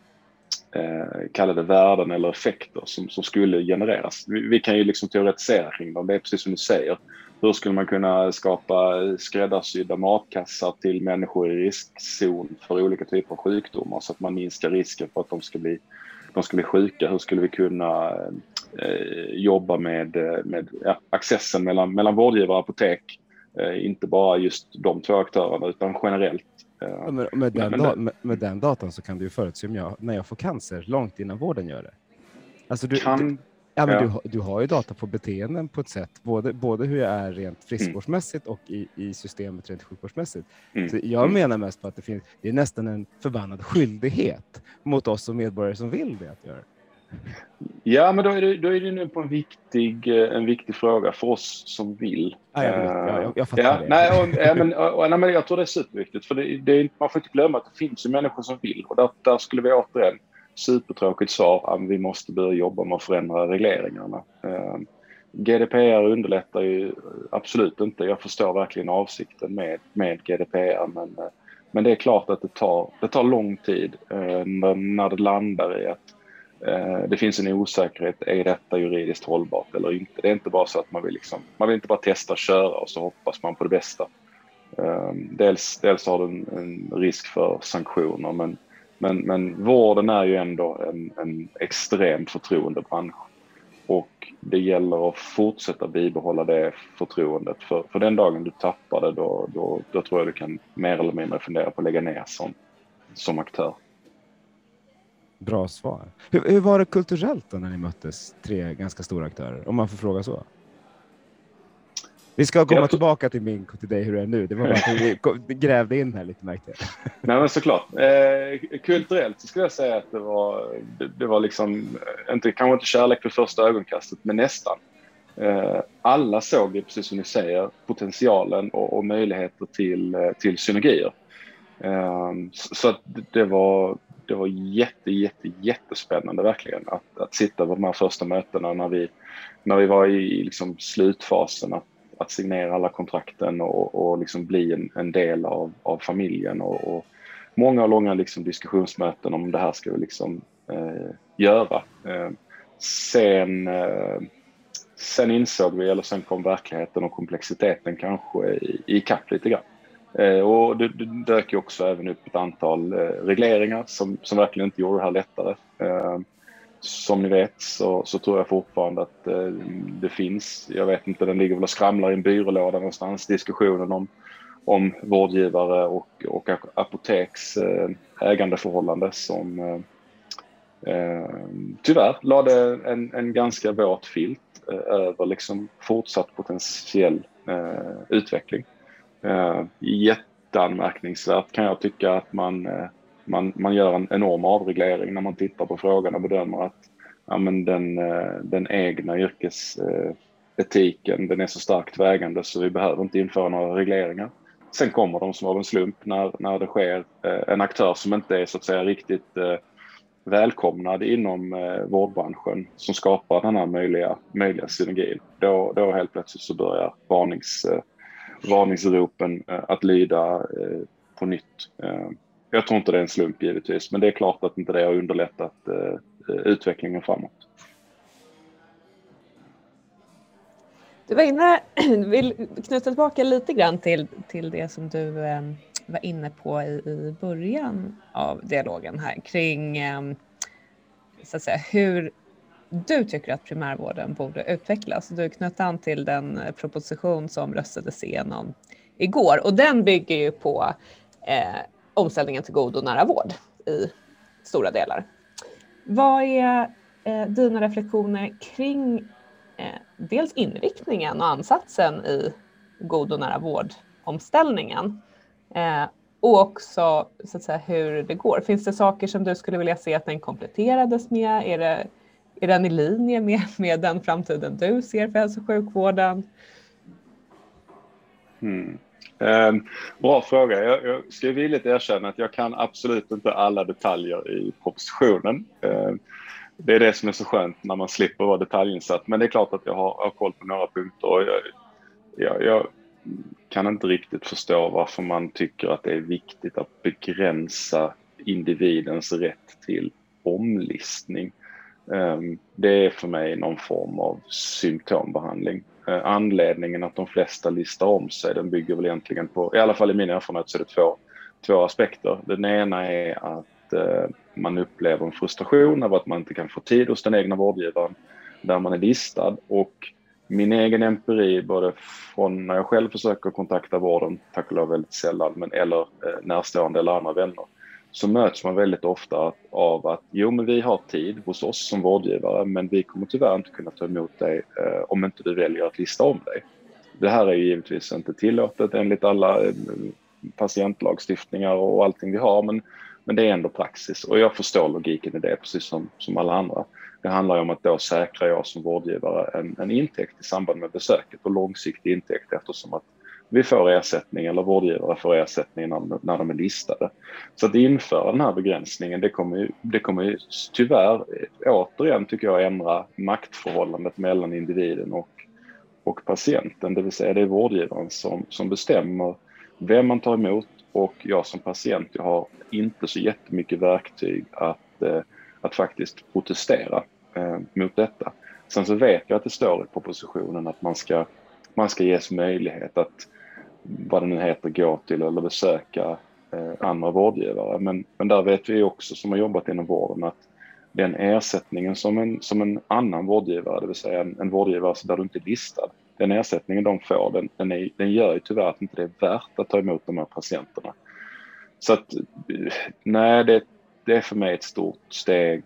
eh, kallade värden eller effekter som, som skulle genereras. Vi, vi kan ju liksom teoretisera kring dem, det är precis som du säger. Hur skulle man kunna skapa skräddarsydda matkassar till människor i riskzon för olika typer av sjukdomar så att man minskar risken för att de ska bli, de ska bli sjuka? Hur skulle vi kunna eh, jobba med, med ja, accessen mellan, mellan vårdgivare och apotek? Eh, inte bara just de två aktörerna utan generellt. Eh, ja, med, med, den men, da- med, med den datan så kan du ju förutse om jag, när jag får cancer långt innan vården gör det. Alltså du, kan, du, ja, men ja. du, har- du har ju data på beteenden på ett sätt, både, både hur jag är rent friskvårdsmässigt och i, i systemet rent sjukvårdsmässigt. Mm. Så jag Mm. menar mest på att det finns, det är nästan en förbannad skyldighet mot oss som medborgare som vill det att göra. Ja, men då är det, då är det nu på en viktig, en viktig fråga för oss som vill. Ja, jag, vet, jag, jag, jag fattar ja, det. Nej, och, ja, men, och, nej, men jag tror det är superviktigt. För det, det är, man får inte glömma att det finns ju människor som vill. Och där, där skulle vi återigen, supertråkigt svar, att vi måste börja jobba med att förändra regleringarna. Uh, G D P R underlättar ju absolut inte. Jag förstår verkligen avsikten med, med G D P R. Men, men det är klart att det tar, det tar lång tid uh, när, när det landar i att det finns en osäkerhet, är detta juridiskt hållbart eller inte? Det är inte bara så att man vill, liksom, man vill inte bara testa och köra och så hoppas man på det bästa. Dels, dels har du en, en risk för sanktioner, men, men, men vården är ju ändå en, en extremt förtroendebransch. Och det gäller att fortsätta bibehålla det förtroendet. För, för den dagen du tappar det, då, då, då tror jag du kan mer eller mindre fundera på att lägga ner som, som aktör. Bra svar. Hur, hur var det kulturellt då när ni möttes, tre ganska stora aktörer, om man får fråga så? Vi ska komma jag... tillbaka till min till dig hur det är nu. Det var bara att vi grävde in här lite, märkte jag. Nej, men såklart. Eh, kulturellt så skulle jag säga att det var, det, det var liksom, inte, kanske inte kärlek för första ögonkastet, men nästan. Eh, alla såg ju, precis som ni säger, potentialen och, och möjligheter till, till synergier. Eh, så så att det var Det var jätte, jätte, jättespännande verkligen att, att sitta på de här första mötena när vi, när vi var i liksom slutfasen att, att signera alla kontrakten och, och liksom bli en, en del av, av familjen. Och, och många och långa liksom diskussionsmöten om det här ska vi liksom, eh, göra. Eh, sen, eh, sen insåg vi, eller sen kom verkligheten och komplexiteten kanske i, i kapp lite grann. Eh, och det, det dök ju också även upp ett antal eh, regleringar som, som verkligen inte gjorde det här lättare. Eh, som ni vet så, så tror jag fortfarande att eh, det finns, jag vet inte, den ligger väl och skramlar i en byrålåda någonstans, diskussionen om, om vårdgivare och, och apoteks eh, ägandeförhållande som eh, eh, tyvärr lade en, en ganska våt filt eh, över liksom fortsatt potentiell eh, utveckling. Uh, jätteanmärkningsvärt kan jag tycka att man, uh, man, man gör en enorm avreglering när man tittar på frågan och bedömer att ja, men den, uh, den egna yrkesetiken uh, den är så starkt vägande så vi behöver inte införa några regleringar. Sen kommer de som av en slump när, när det sker uh, en aktör som inte är så att säga riktigt uh, välkomnad inom uh, vårdbranschen som skapar den här möjliga, möjliga synergin. Då, då helt plötsligt så börjar varnings uh, varningsropen eh, att lyda eh, på nytt. Eh, jag tror inte det är en slump givetvis, men det är klart att inte det har underlättat eh, utvecklingen framåt. Du var inne, vill knyta tillbaka lite grann till, till det som du eh, var inne på i, i början av dialogen här kring eh, så att säga, hur du tycker att primärvården borde utvecklas. Du knöt an till den proposition som röstades igenom igår. Och den bygger ju på eh, omställningen till god och nära vård i stora delar. Vad är eh, dina reflektioner kring eh, dels inriktningen och ansatsen i god och nära vård-omställningen? Eh, och också så att säga, hur det går. Finns det saker som du skulle vilja se att den kompletterades med? Är, det, är den i linje med, med den framtiden du ser för hälso- och sjukvården? Mm. Eh, bra fråga. Jag, jag ska villigt erkänna att jag kan absolut inte alla detaljer i propositionen. Eh, det är det som är så skönt när man slipper vara detaljinsatt. Men det är klart att jag har, har koll på några punkter. Och jag, jag, jag kan inte riktigt förstå varför man tycker att det är viktigt att begränsa individens rätt till omlistning. Eh, det är för mig någon form av symptombehandling. Anledningen att de flesta listar om sig, den bygger väl egentligen på, i alla fall i min erfarenhet, så är det två, två aspekter. Den ena är att eh, man upplever en frustration över att man inte kan få tid hos den egna vårdgivaren där man är listad. Och min egen empiri, både från när jag själv försöker kontakta vården, tack och lov väldigt sällan, men eller eh, närstående eller andra vänner, så möts man väldigt ofta av att jo, men vi har tid hos oss som vårdgivare, men vi kommer tyvärr inte kunna ta emot dig eh, om inte du väljer att lista om dig. Det här är ju givetvis inte tillåtet enligt alla eh, patientlagstiftningar och allting vi har, men, men det är ändå praxis. Och jag förstår logiken i det, precis som, som alla andra. Det handlar ju om att då säkrar jag som vårdgivare en, en intäkt i samband med besöket, och långsiktig intäkt, eftersom att vi får ersättning, eller vårdgivare får ersättning när, när de är listade. Så att införa den här begränsningen, det kommer ju, det kommer ju tyvärr återigen, tycker jag, ändra maktförhållandet mellan individen och, och patienten. Det vill säga det är vårdgivaren som, som bestämmer vem man tar emot, och jag som patient, jag har inte så jättemycket verktyg att, eh, att faktiskt protestera eh, mot detta. Sen så vet jag att det står i propositionen att man ska, man ska ges möjlighet att, vad det nu heter, gå till eller besöka eh, andra vårdgivare. Men, men där vet vi också, som har jobbat inom vården, att den ersättningen som en, som en annan vårdgivare, det vill säga en, en vårdgivare där du inte är listad, den ersättningen de får, den, den, är, den gör ju tyvärr att inte det är värt att ta emot de här patienterna. Så att, nej, det, det är för mig ett stort steg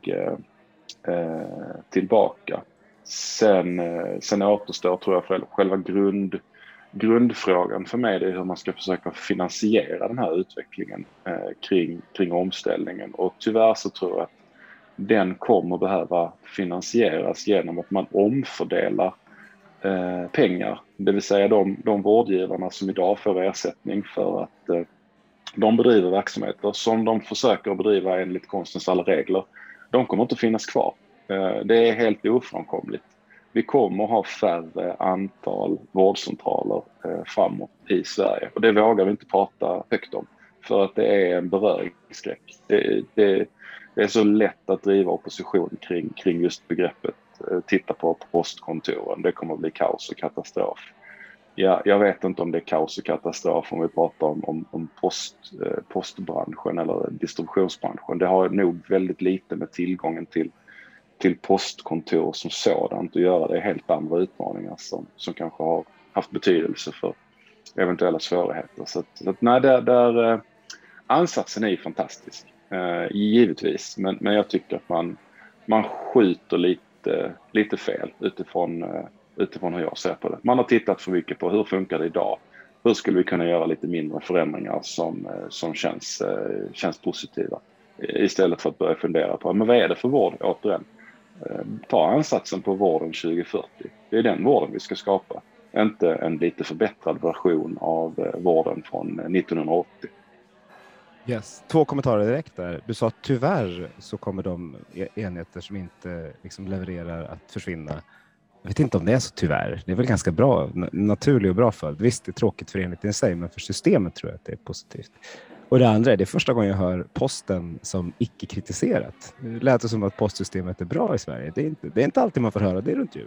eh, tillbaka. Sen, eh, sen återstår, tror jag, för själva grund Grundfrågan för mig, det är hur man ska försöka finansiera den här utvecklingen eh, kring, kring omställningen. Och tyvärr så tror jag att den kommer behöva finansieras genom att man omfördelar eh, pengar. Det vill säga de, de vårdgivarna som idag får ersättning för att eh, de bedriver verksamheter som de försöker bedriva enligt konstens alla regler. De kommer inte finnas kvar. Eh, det är helt ofrånkomligt. Vi kommer att ha färre antal vårdcentraler eh, framåt i Sverige. Och det vågar vi inte prata högt om. För att det är en beröringsskräck. Det, det, det är så lätt att driva opposition kring, kring just begreppet. Eh, titta på postkontoren. Det kommer att bli kaos och katastrof. Ja, jag vet inte om det är kaos och katastrof om vi pratar om, om, om post, eh, postbranschen eller distributionsbranschen. Det har nog väldigt lite med tillgången till till postkontor som sådant att göra. Det är helt andra utmaningar som, som kanske har haft betydelse för eventuella svårigheter. Så att, så att nej, där, där, eh, ansatsen är fantastisk, eh, givetvis. Men, men jag tycker att man, man skjuter lite, lite fel utifrån, eh, utifrån hur jag ser på det. Man har tittat för mycket på hur funkar det idag. Hur skulle vi kunna göra lite mindre förändringar som, eh, som känns, eh, känns positiva. Istället för att börja fundera på, men vad är det för vård återigen? Ta ansatsen på vården tjugo fyrtio. Det är den vården vi ska skapa. Inte en lite förbättrad version av vården från nittonhundraåttio. Yes. Två kommentarer direkt där. Du sa att tyvärr så kommer de enheter som inte liksom levererar att försvinna. Jag vet inte om det är så tyvärr. Det är väl ganska bra, naturlig och bra följd. Visst, det är tråkigt för enheten i sig, men för systemet tror jag att det är positivt. Och det andra är, det är första gången jag hör posten som icke-kritiserat. Det lät som att postsystemet är bra i Sverige. Det är inte, det är inte alltid man får höra det runt jul.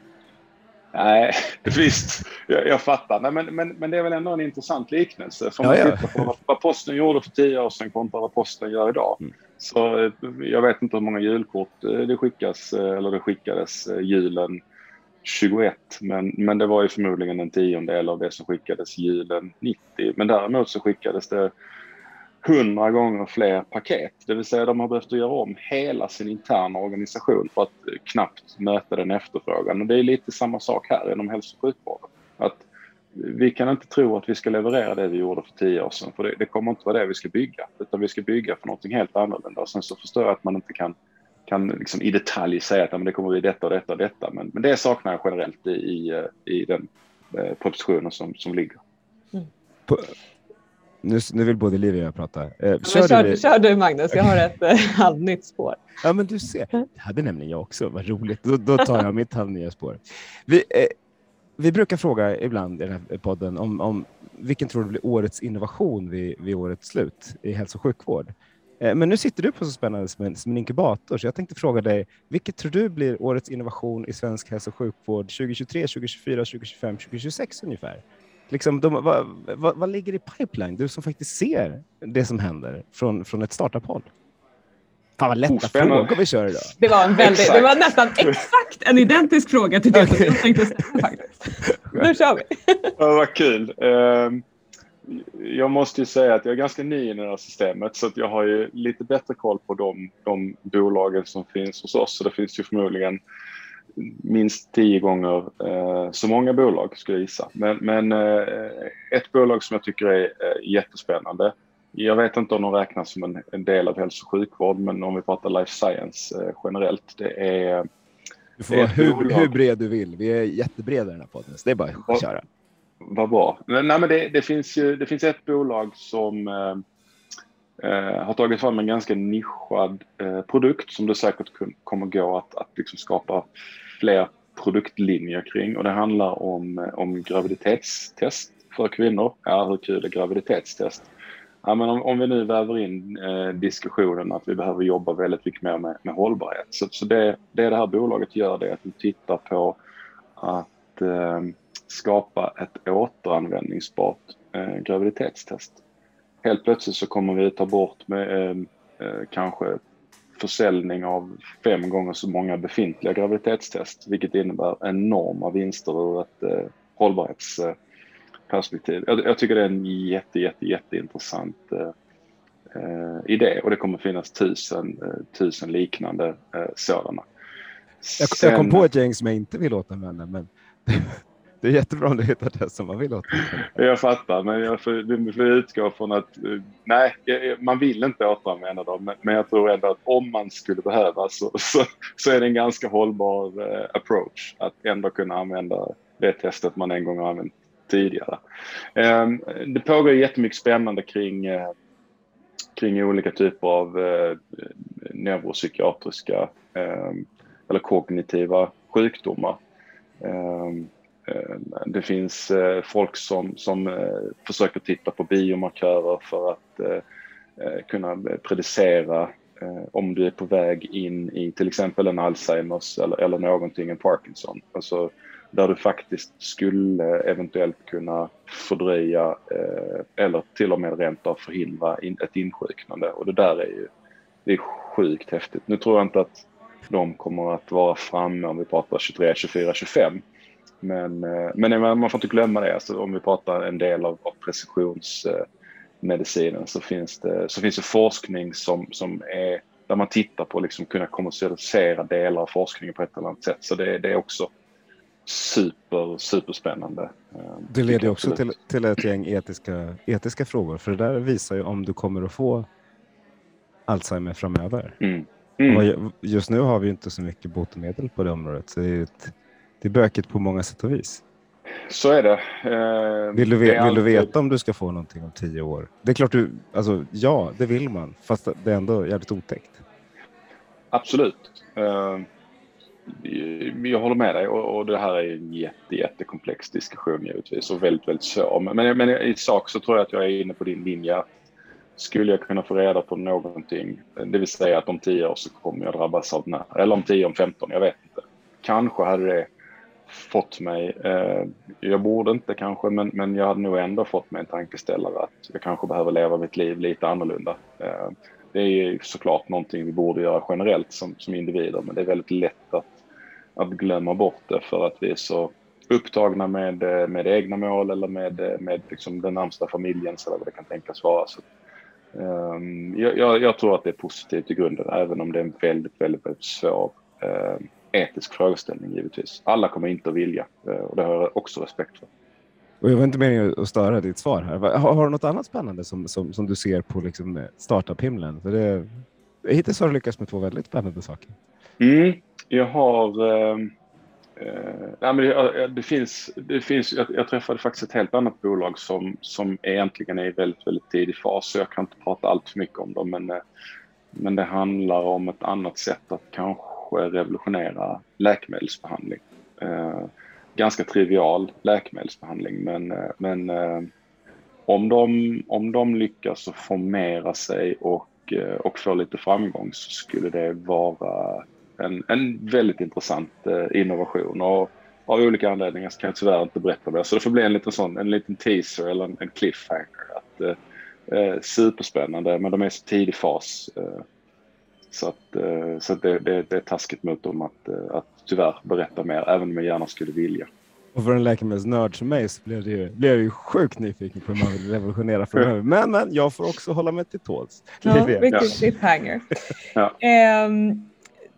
Nej, visst. Jag, jag fattar. Nej, men, men, men det är väl ändå en intressant liknelse. För man ja, ja. tittar på vad, vad posten gjorde för tio år sedan kontra vad posten gör idag. Mm. Så eh, jag vet inte hur många julkort eh, det skickas eh, eller det skickades eh, julen tjugoett, men, men det var ju förmodligen en tiondel av det som skickades julen nittio. Men däremot så skickades det hundra gånger fler paket. Det vill säga de har behövt göra om hela sin interna organisation för att knappt möta den efterfrågan. Och det är lite samma sak här inom hälso- och sjukvården. Att vi kan inte tro att vi ska leverera det vi gjorde för tio år sedan. För det, det kommer inte vara det vi ska bygga. Utan vi ska bygga för någonting helt annorlunda. Och sen så förstår jag att man inte kan, kan liksom i detalj säga att men det kommer bli detta och detta och detta. Men, men det saknar jag generellt i, i, i den eh, propositionen som, som ligger. Mm. På, nu, nu vill både Livia och jag prata. Eh, Ja, kör, kör, du, kör du Magnus, jag har ett eh, halvnytt spår. Ja, men du ser. Det hade nämligen jag också. Vad roligt. Då, då tar jag mitt halvnya spår. Vi, eh, vi brukar fråga ibland i den här podden om, om vilken tror du blir årets innovation vid, vid årets slut i hälso- och sjukvård. Eh, men nu sitter du på så spännande som en, som en inkubator, så jag tänkte fråga dig, vilket tror du blir årets innovation i svensk hälso- och sjukvård tjugohundratjugotre, tjugohundratjugofyra, tjugotjugofem, tjugohundratjugosex ungefär? Liksom de, vad, vad, vad ligger i pipeline? Du som faktiskt ser det som händer från, från ett startup-håll. Fan vad lätta Ospännande. frågor vi kör idag. Det var, en väldigt, Exakt. det var nästan exakt en identisk fråga till det som jag tänkte ställa faktiskt. Nu kör vi. Ja, vad kul. Uh, jag måste ju säga att jag är ganska ny i det här systemet, så att jag har ju lite bättre koll på de, de bolagen som finns hos oss. Så det finns ju förmodligen minst tio gånger uh, så många bolag skulle jag gissa. Men, men uh, ett bolag som jag tycker är uh, jättespännande. Jag vet inte om de räknas som en, en del av hälso- och sjukvård, men om vi pratar life science uh, generellt, det är... Du får vara hur, hur bred du vill. Vi är jättebreda i den här podden, så det är bara att Va, köra. Vad bra. Nej, men det, det, finns ju, det finns ett bolag som eh, eh, har tagit fram en ganska nischad eh, produkt som det säkert kun, kommer gå att, att liksom skapa fler produktlinjer kring. Och det handlar om, om graviditetstest för kvinnor. Ja, hur kul är graviditetstest? Ja, men om, om vi nu väver in eh, diskussionen att vi behöver jobba väldigt mycket mer med, med hållbarhet. Så, så det, det det här bolaget gör, det är att vi tittar på att eh, skapa ett återanvändningsbart eh, graviditetstest. Helt plötsligt så kommer vi ta bort med eh, eh, kanske försäljning av fem gånger så många befintliga graviditetstest, vilket innebär enorma vinster ur ett eh, hållbarhetsperspektiv. Jag, jag tycker det är en jätte, jätte, jätteintressant eh, eh, idé, och det kommer finnas tusen, eh, tusen liknande eh, sådana. Jag, Sen, jag kom på ett gäng som jag inte vill återanvända, men det är jättebra om du hittar det som man vill återanvända. Jag fattar, men jag får, du får utgå från att nej, man vill inte återanvända dem, men jag tror ändå att om man skulle behöva så, så, så är det en ganska hållbar eh, approach att ändå kunna använda det testet man en gång har använt tidigare. Eh, det pågår jättemycket spännande kring, eh, kring olika typer av eh, neuropsykiatriska eh, eller kognitiva sjukdomar. Eh, Det finns eh, folk som, som eh, försöker titta på biomarkörer för att eh, kunna predicera eh, om du är på väg in i till exempel en Alzheimers eller, eller någonting, en Parkinson. Alltså, där du faktiskt skulle eventuellt kunna fördröja eh, eller till och med rent av förhindra in, ett insjuknande. Och det där är ju det är sjukt häftigt. Nu tror jag inte att de kommer att vara framme om vi pratar tjugotre, tjugofyra, tjugofem. Men, men man får inte glömma det. Alltså, om vi pratar en del av, av precisionsmedicinen så finns det, så finns det forskning som, som är, där man tittar på liksom kunna kommersialisera delar av forskningen på ett eller annat sätt. Så det, det är också super, superspännande. Det leder också till, till ett gäng etiska, etiska frågor. För det där visar ju om du kommer att få Alzheimer framöver. Mm. Mm. Just nu har vi inte så mycket botemedel på det området. Så det är ett Det är bökigt på många sätt och vis. Så är det. Eh, vill du, ve- det vill du alltid... veta om du ska få någonting om tio år? Det är klart du, alltså ja, det vill man. Fast det är ändå jävligt otäckt. Absolut. Eh, jag håller med dig, och, och det här är en jätte, jättekomplex diskussion givetvis och väldigt, väldigt svår. Men, men i sak så tror jag att jag är inne på din linje. Skulle jag kunna få reda på någonting, det vill säga att om tio år så kommer jag drabbas av den här, eller om tio, om femton, jag vet inte. Kanske hade det fått mig, eh, jag borde inte kanske, men, men jag hade nog ändå fått mig en tankeställare att jag kanske behöver leva mitt liv lite annorlunda. Eh, det är ju såklart någonting vi borde göra generellt som, som individer, men det är väldigt lätt att, att glömma bort det för att vi är så upptagna med, med egna mål eller med, med liksom den närmsta familjen eller vad det kan tänkas vara. Så, um, jag, jag tror att det är positivt i grunden, även om det är en väldigt, väldigt, väldigt svår uh, etisk frågeställning givetvis. Alla kommer inte att vilja, uh, och det har jag också respekt för. Och jag var inte meningen att störa ditt svar här. Har, har du något annat spännande som, som, som du ser på liksom startup-himlen? För det, hittills har du lyckats med två väldigt spännande saker. Mm, jag har... Eh, eh, nej, men det, det finns... Det finns jag, jag träffade faktiskt ett helt annat bolag som, som egentligen är i väldigt, väldigt tidig fas. Så jag kan inte prata allt för mycket om dem. Men, eh, men det handlar om ett annat sätt att kanske revolutionera läkemedelsbehandling. Eh, ganska trivial läkemedelsbehandling, men, men eh, om, de, om de lyckas att formera sig och, och få lite framgång så skulle det vara en, en väldigt intressant eh, innovation, och av olika anledningar så kan jag tyvärr inte berätta det. Så det får bli en liten, sån, en liten teaser eller en, en cliffhanger. Att, eh, superspännande, men de är i så tidig fas. Eh, så att, eh, så att det, det, det är taskigt mot dem att, att tyvärr berätta mer, även om jag gärna skulle vilja. Och för en läkemedelsnörd som mig så blev, det ju, blev jag ju sjukt nyfiken på hur man vill revolutionera framöver. Men, men jag får också hålla mig till tåls. Ja, vilken cliffhanger. Ja. Um,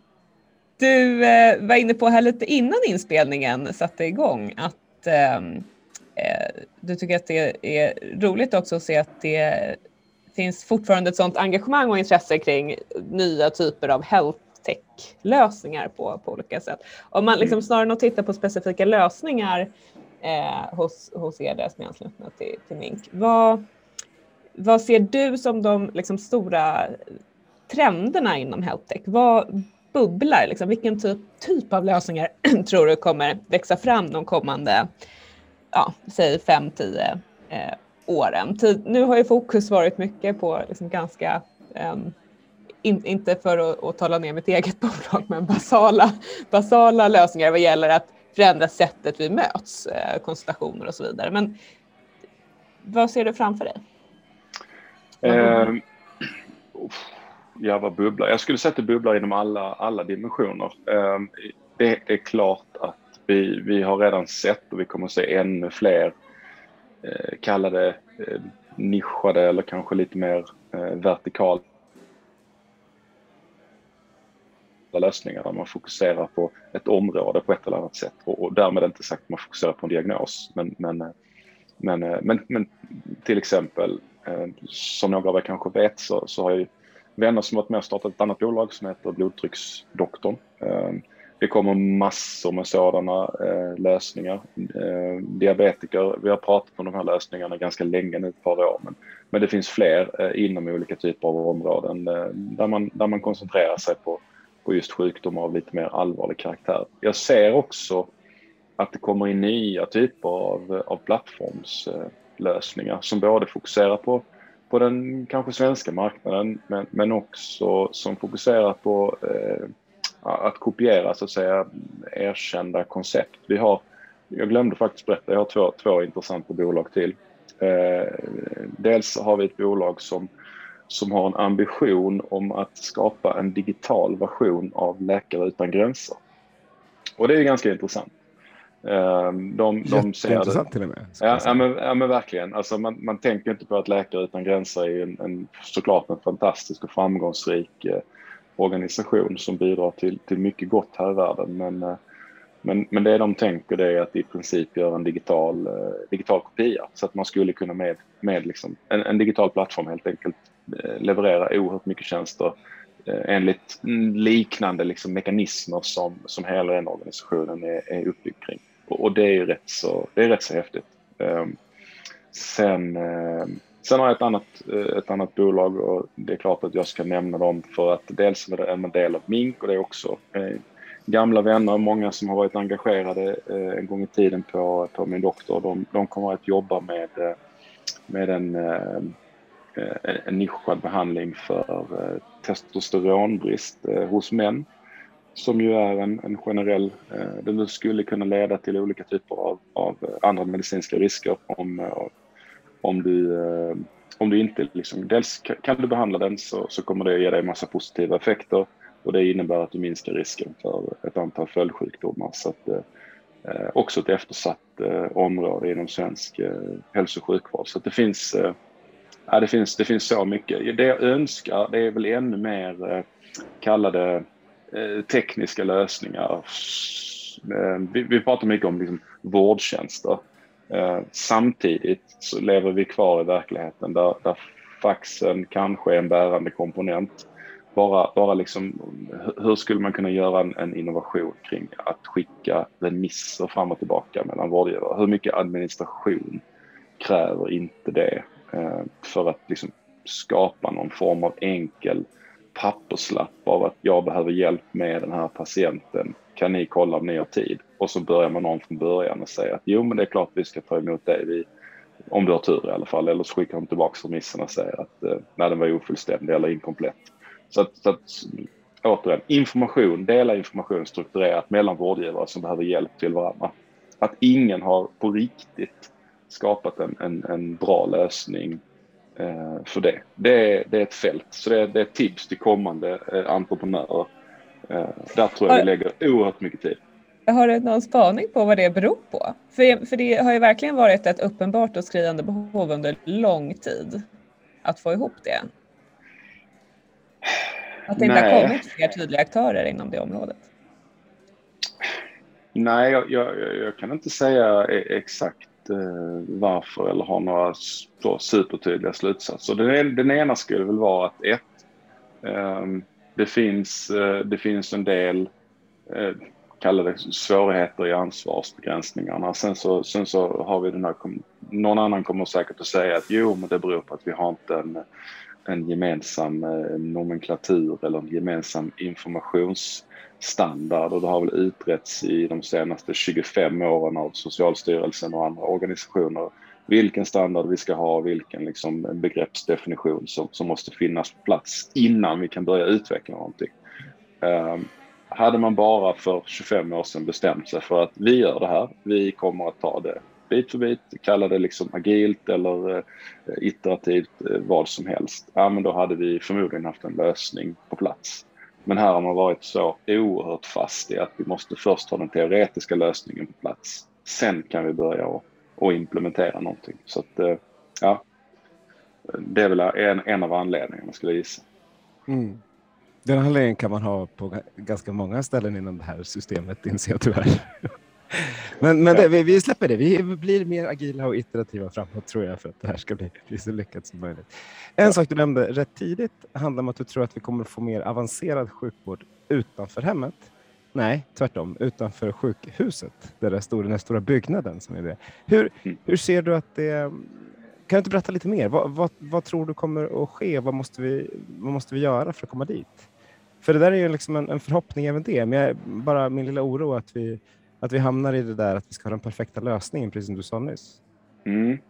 du uh, var inne på här lite innan inspelningen satte igång att um, uh, du tycker att det är roligt också att se att det finns fortfarande ett sånt engagemang och intresse kring nya typer av health tech-lösningar på, på olika sätt. Om man liksom snarare än att titta på specifika lösningar eh, hos, hos er där som är anslutna till, till Mink, vad, vad ser du som de liksom, stora trenderna inom health tech? Vad bubblar? Liksom, vilken typ, typ av lösningar tror du kommer växa fram de kommande ja, säg fem till tio eh, åren? Tid, nu har ju fokus varit mycket på liksom, ganska um, In, inte för att, att tala ner mitt eget bolag, men basala, basala lösningar vad gäller att förändra sättet vi möts, eh, konsultationer och så vidare. Men vad ser du framför dig? Eh, ja, vad bubblar? Jag skulle säga att det bubblar inom alla, alla dimensioner. Eh, det, det är klart att vi, vi har redan sett, och vi kommer att se ännu fler eh, kallade eh, nischade eller kanske lite mer eh, vertikala lösningar där man fokuserar på ett område på ett eller annat sätt, och, och därmed inte sagt att man fokuserar på en diagnos, men, men, men, men, men till exempel eh, som några av er kanske vet så, så har jag vänner som varit med och startat ett annat bolag som heter Blodtrycksdoktorn. Eh, det kommer massor med sådana eh, lösningar. Eh, diabetiker, vi har pratat om de här lösningarna ganska länge nu, ett par år, men, men det finns fler eh, inom olika typer av områden eh, där, man, där man koncentrerar sig på och just sjukdomar av lite mer allvarlig karaktär. Jag ser också att det kommer in nya typer av, av plattformslösningar som både fokuserar på, på den kanske svenska marknaden, men, men också som fokuserar på eh, att kopiera så att säga erkända koncept. Vi har, jag glömde faktiskt berätta, jag har två, två intressanta bolag till. Eh, dels har vi ett bolag som som har en ambition om att skapa en digital version av Läkare utan gränser. Och det är ganska intressant. De, de ser intressant till och med. Ja, ja, men, ja, men verkligen. Alltså man, man tänker inte på att Läkare utan gränser är en, en, såklart en fantastisk och framgångsrik eh, organisation som bidrar till, till mycket gott här i världen. Men, eh, men, men det de tänker det är att i princip göra en digital, eh, digital kopia. Så att man skulle kunna med, med liksom, en, en digital plattform helt enkelt leverera oerhört mycket tjänster eh, enligt liknande liksom, mekanismer som, som hela den organisationen är, är uppbyggd kring. Och, och det är ju rätt så, det är rätt så häftigt. Eh, sen, eh, sen har jag ett annat, ett annat bolag, och det är klart att jag ska nämna dem för att dels är det en del av Mink, och det är också eh, gamla vänner, många som har varit engagerade eh, en gång i tiden på, på min doktor. De, de kommer att jobba med, med en en nischad behandling för eh, testosteronbrist eh, hos män, som ju är en, en generell, eh, det skulle kunna leda till olika typer av, av andra medicinska risker om, om du, eh, om du inte liksom, dels kan du behandla den så, så kommer det ge dig en massa positiva effekter, och det innebär att du minskar risken för ett antal följdsjukdomar. Så att, eh, också ett eftersatt eh, område inom svensk eh, hälso- och sjukvård. Så att det finns, eh, ja, det finns, det finns så mycket. Det jag önskar, det är väl ännu mer eh, kallade eh, tekniska lösningar. Eh, vi, vi pratar mycket om liksom, vårdtjänster. Eh, samtidigt så lever vi kvar i verkligheten där, där faxen kanske är en bärande komponent. Bara, bara liksom, hur skulle man kunna göra en, en innovation kring att skicka remisser fram och tillbaka mellan vårdgivare? Hur mycket administration kräver inte det eh, för att liksom skapa någon form av enkel papperslapp av att jag behöver hjälp med den här patienten. Kan ni kolla om ni har tid? Och så börjar man om från början och säga att jo, men det är klart vi ska ta emot dig. Vi, om du har tur i alla fall. Eller så skickar de tillbaka remisserna och säger att eh, när den var ofullständig eller inkomplett. Så att, så att återigen, information, dela information strukturerat mellan vårdgivare som behöver hjälp till varandra. Att ingen har på riktigt skapat en, en, en bra lösning eh, för det. Det är, det är ett fält. Så det är, det är ett tips till kommande eh, entreprenörer. Eh, där tror jag vi lägger oerhört mycket tid. Har du någon spaning på vad det beror på? För, för det har ju verkligen varit ett uppenbart och skriande behov under lång tid att få ihop det. Att det inte har kommit fler tydliga aktörer inom det området. Nej, jag, jag, jag kan inte säga exakt eh, varför eller ha några så supertydliga slutsatser. Den, den ena skulle väl vara att ett, eh, det, finns, eh, det finns en del eh, kallar det svårigheter i ansvarsbegränsningarna. Sen så, sen så har vi den här, någon annan kommer säkert att säga att jo, men det beror på att vi har inte en, en gemensam eh, nomenklatur eller en gemensam informationsstandard, och det har väl utretts i de senaste tjugofem åren av Socialstyrelsen och andra organisationer vilken standard vi ska ha, vilken liksom begreppsdefinition som, som måste finnas på plats innan vi kan börja utveckla någonting. Um, hade man bara för tjugofem år sedan bestämt sig för att vi gör det här, vi kommer att ta det bit för bit, kalla det liksom agilt eller eh, iterativt, eh, vad som helst, ja, men då hade vi förmodligen haft en lösning på plats. Men här har man varit så oerhört fast i att vi måste först ha den teoretiska lösningen på plats. Sen kan vi börja och, och implementera någonting. Så att, eh, ja, det är väl en, en av anledningarna, skulle jag gissa. Mm. Den anledningen kan man ha på ganska många ställen inom det här systemet, inser jag tyvärr. Men, men det, vi, vi släpper det. Vi blir mer agila och iterativa framåt, tror jag, för att det här ska bli, bli så lyckat som möjligt. En ja. sak du nämnde rätt tidigt handlar om att du tror att vi kommer att få mer avancerad sjukvård utanför hemmet. Nej, tvärtom. Utanför sjukhuset. Det är stora, den stora byggnaden som är det. Hur, hur ser du att det... Kan du inte berätta lite mer? Vad, vad, vad tror du kommer att ske? Vad måste vi, vad måste vi göra för att komma dit? För det där är ju liksom en, en förhoppning även det. Men jag, bara min lilla oro att vi, att vi hamnar i det där att vi ska ha den perfekta lösningen, precis som du sa nyss. Mm.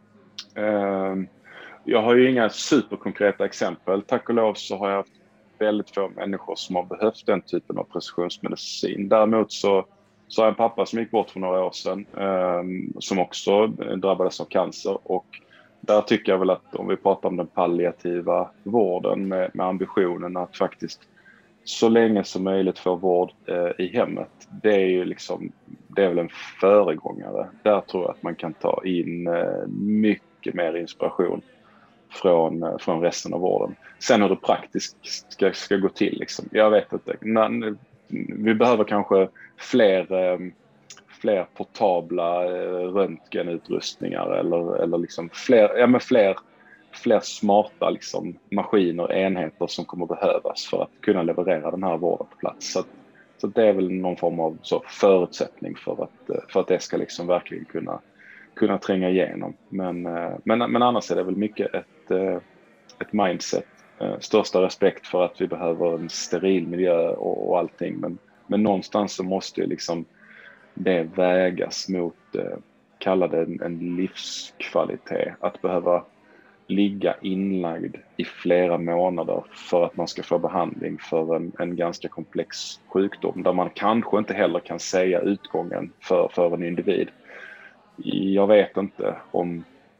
Uh, jag har ju inga superkonkreta exempel. Tack och lov så har jag haft väldigt få människor som har behövt den typen av precisionsmedicin. Däremot så, så har jag en pappa som gick bort för några år sedan um, som också drabbades av cancer, och där tycker jag väl att om vi pratar om den palliativa vården med, med ambitionen att faktiskt så länge som möjligt få vård eh, i hemmet, det är ju liksom, det är väl en föregångare. Där tror jag att man kan ta in eh, mycket mer inspiration från, eh, från resten av vården. Sen hur det praktiskt ska, ska gå till liksom. Jag vet inte. När, vi behöver kanske fler eh, fler portabla eh, röntgenutrustningar eller, eller liksom fler, ja, men fler, fler smarta liksom, maskiner, enheter som kommer behövas för att kunna leverera den här vården på plats. Så, så det är väl någon form av så, förutsättning för att, för att det ska liksom verkligen kunna, kunna tränga igenom. Men, men, men annars är det väl mycket ett, ett mindset. Största respekt för att vi behöver en steril miljö och, och allting. Men, men någonstans så måste ju liksom det vägas mot, eh, kalla det en, en livskvalitet. Att behöva ligga inlagd i flera månader för att man ska få behandling för en, en ganska komplex sjukdom. Där man kanske inte heller kan säga utgången för, för en individ. Jag vet inte om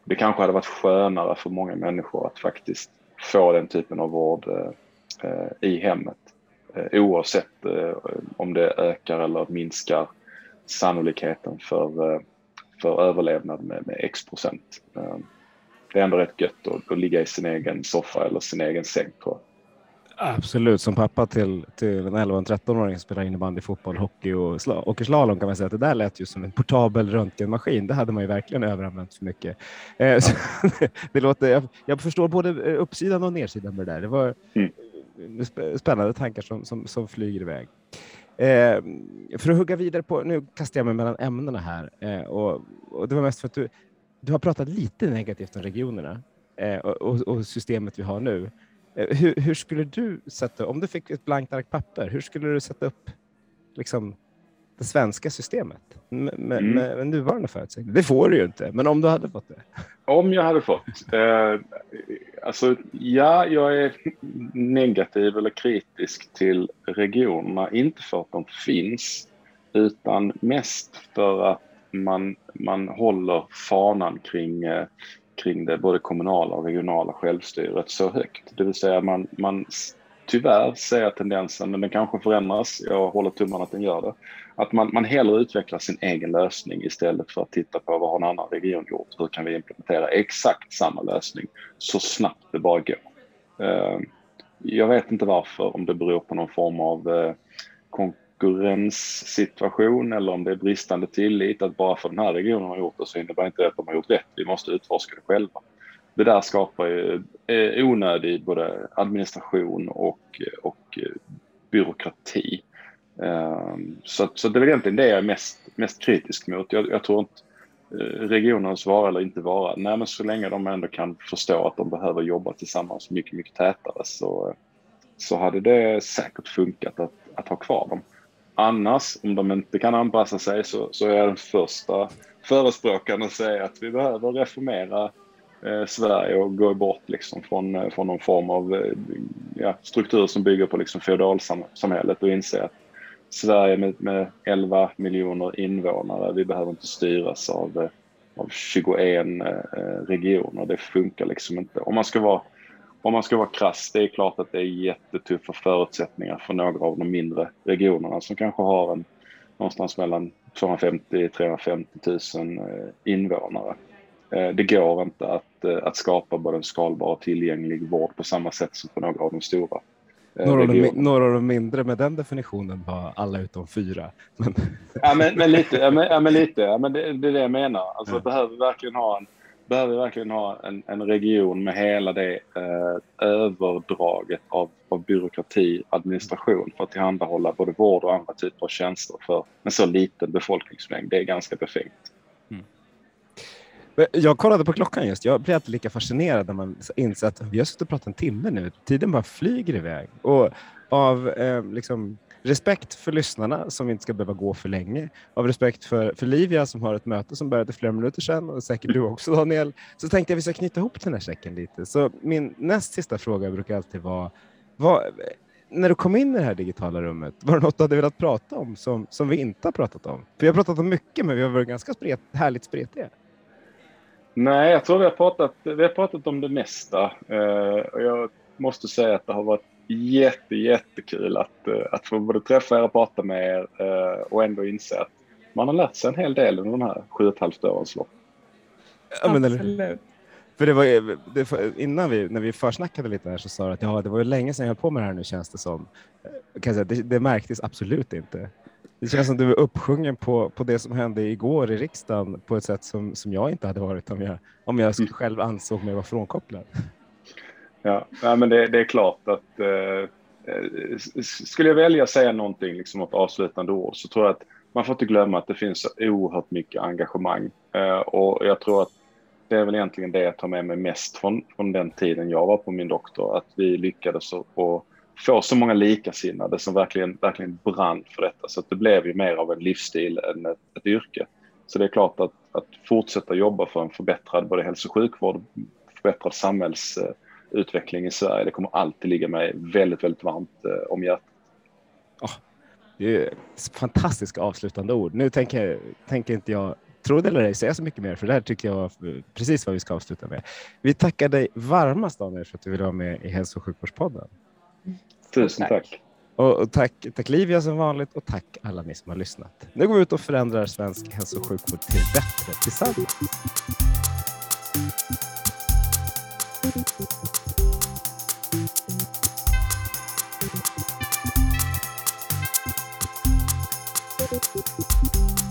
det kanske hade varit skönare för många människor att faktiskt få den typen av vård eh, i hemmet. Eh, oavsett eh, om det ökar eller minskar sannolikheten för, eh, för överlevnad med, med x procent. Eh, det är ändå rätt gött att, att ligga i sin egen soffa eller sin egen säng, tror jag. Absolut, som pappa till, till en elva- och tretton-åring som spelar innebandy, fotboll, hockey och sla, åkerslalom kan man säga att det där lät ju som en portabel röntgenmaskin. Det hade man ju verkligen överanvänt för mycket. Eh, så, det låter, jag, jag förstår både uppsidan och nedsidan med det där. Det var mm. spännande tankar som, som, som flyger iväg. Eh, för att hugga vidare på, nu kastar jag mig mellan ämnena här eh, och, och det var mest för att du, du har pratat lite negativt om regionerna eh, och, och, och systemet vi har nu. Hur, hur skulle du sätta, om du fick ett blankt ark papper, hur skulle du sätta upp liksom det svenska systemet med, med, mm. med nuvarande förutsättningar? Det får du ju inte, men om du hade fått det. Om jag hade fått. Eh, alltså, ja, jag är negativ eller kritisk till regionerna, inte för att de finns, utan mest för att man, man håller fanan kring eh, kring det både kommunala och regionala självstyret så högt. Det vill säga man, man tyvärr ser tendensen, men den kanske förändras, jag håller tummarna att den gör det, att man, man hellre utvecklar sin egen lösning istället för att titta på vad har en annan region gjort. Hur kan vi implementera exakt samma lösning så snabbt det bara går. Jag vet inte varför, om det beror på någon form av konkurrenssituation eller om det är bristande tillit att bara för den här regionen har gjort det så innebär inte det att de har gjort rätt. Vi måste utforska det själva. Det där skapar ju onödig både administration och, och byråkrati. Så, så det är egentligen det jag är mest, mest kritisk mot. Jag, jag tror inte regionens vara eller inte vara. Nej, men så länge de ändå kan förstå att de behöver jobba tillsammans mycket, mycket tätare så, så hade det säkert funkat att, att ha kvar dem. Annars, om de inte kan anpassa sig så, så är jag den första förespråkaren att säga att vi behöver reformera eh, Sverige och gå bort liksom från, från någon form av eh, ja, struktur som bygger på liksom feodalsamhället och inse att Sverige med, med elva miljoner invånare, vi behöver inte styras av, av tjugoen eh, regioner. Det funkar liksom inte. Om man ska vara Om man ska vara krass, det är klart att det är jättetuffa förutsättningar för några av de mindre regionerna som kanske har en, någonstans mellan tvåhundrafemtio till trehundrafemtio tusen invånare. Det går inte att, att skapa både en skalbar och tillgänglig vård på samma sätt som på några av de stora. Några av, de, några av de mindre med den definitionen var alla utom fyra. Men... Ja, men, men lite, ja, men, ja, men lite, ja, men det, det är det jag menar. Alltså ja. behöver verkligen ha en behöver verkligen ha en, en region med hela det eh, överdraget av, av byråkrati, administration för att tillhandahålla både vård och andra typer av tjänster för en så liten befolkningsmängd. Det är ganska befängt. Mm. Jag kollade på klockan just. Jag blir alltid lika fascinerad när man inser att vi har suttit och pratat en timme nu. Tiden bara flyger iväg. Och av eh, liksom respekt för lyssnarna som inte ska behöva gå för länge. Av respekt för, för Livia som har ett möte som började flera minuter sedan. Och säkert du också, Daniel. Så tänkte jag att vi ska knyta ihop den här säcken lite. Så min näst sista fråga brukar alltid vara. Vad, när du kom in i det här digitala rummet. Var det något du hade velat prata om som, som vi inte har pratat om? För vi har pratat om mycket men vi har varit ganska spret, härligt spretiga. Nej, jag tror vi har pratat, vi har pratat om det mesta. Uh, och jag måste säga att det har varit jätte, jättekul att, att få både träffa er och prata med er uh, och ändå inse att man har lärt sig en hel del under den här sju och ett halvt årens lopp. Ja, men Absolut. För det var, det, innan vi, när vi försnackade lite här så sa du att ja, det var ju länge sedan jag höll på med det här nu känns det som. Kan jag säga, det, det märktes absolut inte. Det känns som du är uppsjungen på, på det som hände igår i riksdagen på ett sätt som, som jag inte hade varit om jag, om jag mm. själv ansåg mig vara frånkopplad. Ja, ja men det, det är klart att eh, skulle jag välja att säga någonting liksom ett avslutande ord så tror jag att man får inte glömma att det finns så oerhört mycket engagemang. Eh, och jag tror att det är väl egentligen det jag tar med mig mest från, från den tiden jag var på min doktor. Att vi lyckades och få så många likasinnade som verkligen, verkligen brann för detta. Så att det blev ju mer av en livsstil än ett, ett yrke. Så det är klart att, att fortsätta jobba för en förbättrad både hälso- och sjukvård, förbättrad samhällsutveckling i Sverige. Det kommer alltid ligga mig väldigt, väldigt varmt eh, om hjärtat. Oh, det är fantastiska avslutande ord. Nu tänker, tänker inte jag tro det eller ej, säga så mycket mer, för det här tycker jag var precis vad vi ska avsluta med. Vi tackar dig varmast, Daniel, för att du ville vara med i Hälso- och sjukvårdspodden. Tusen tack. Och, och tack, tack Livia som vanligt, och tack alla ni som har lyssnat. Nu går vi ut och förändrar svensk hälso- och sjukvård till bättre tillsammans. Thank you.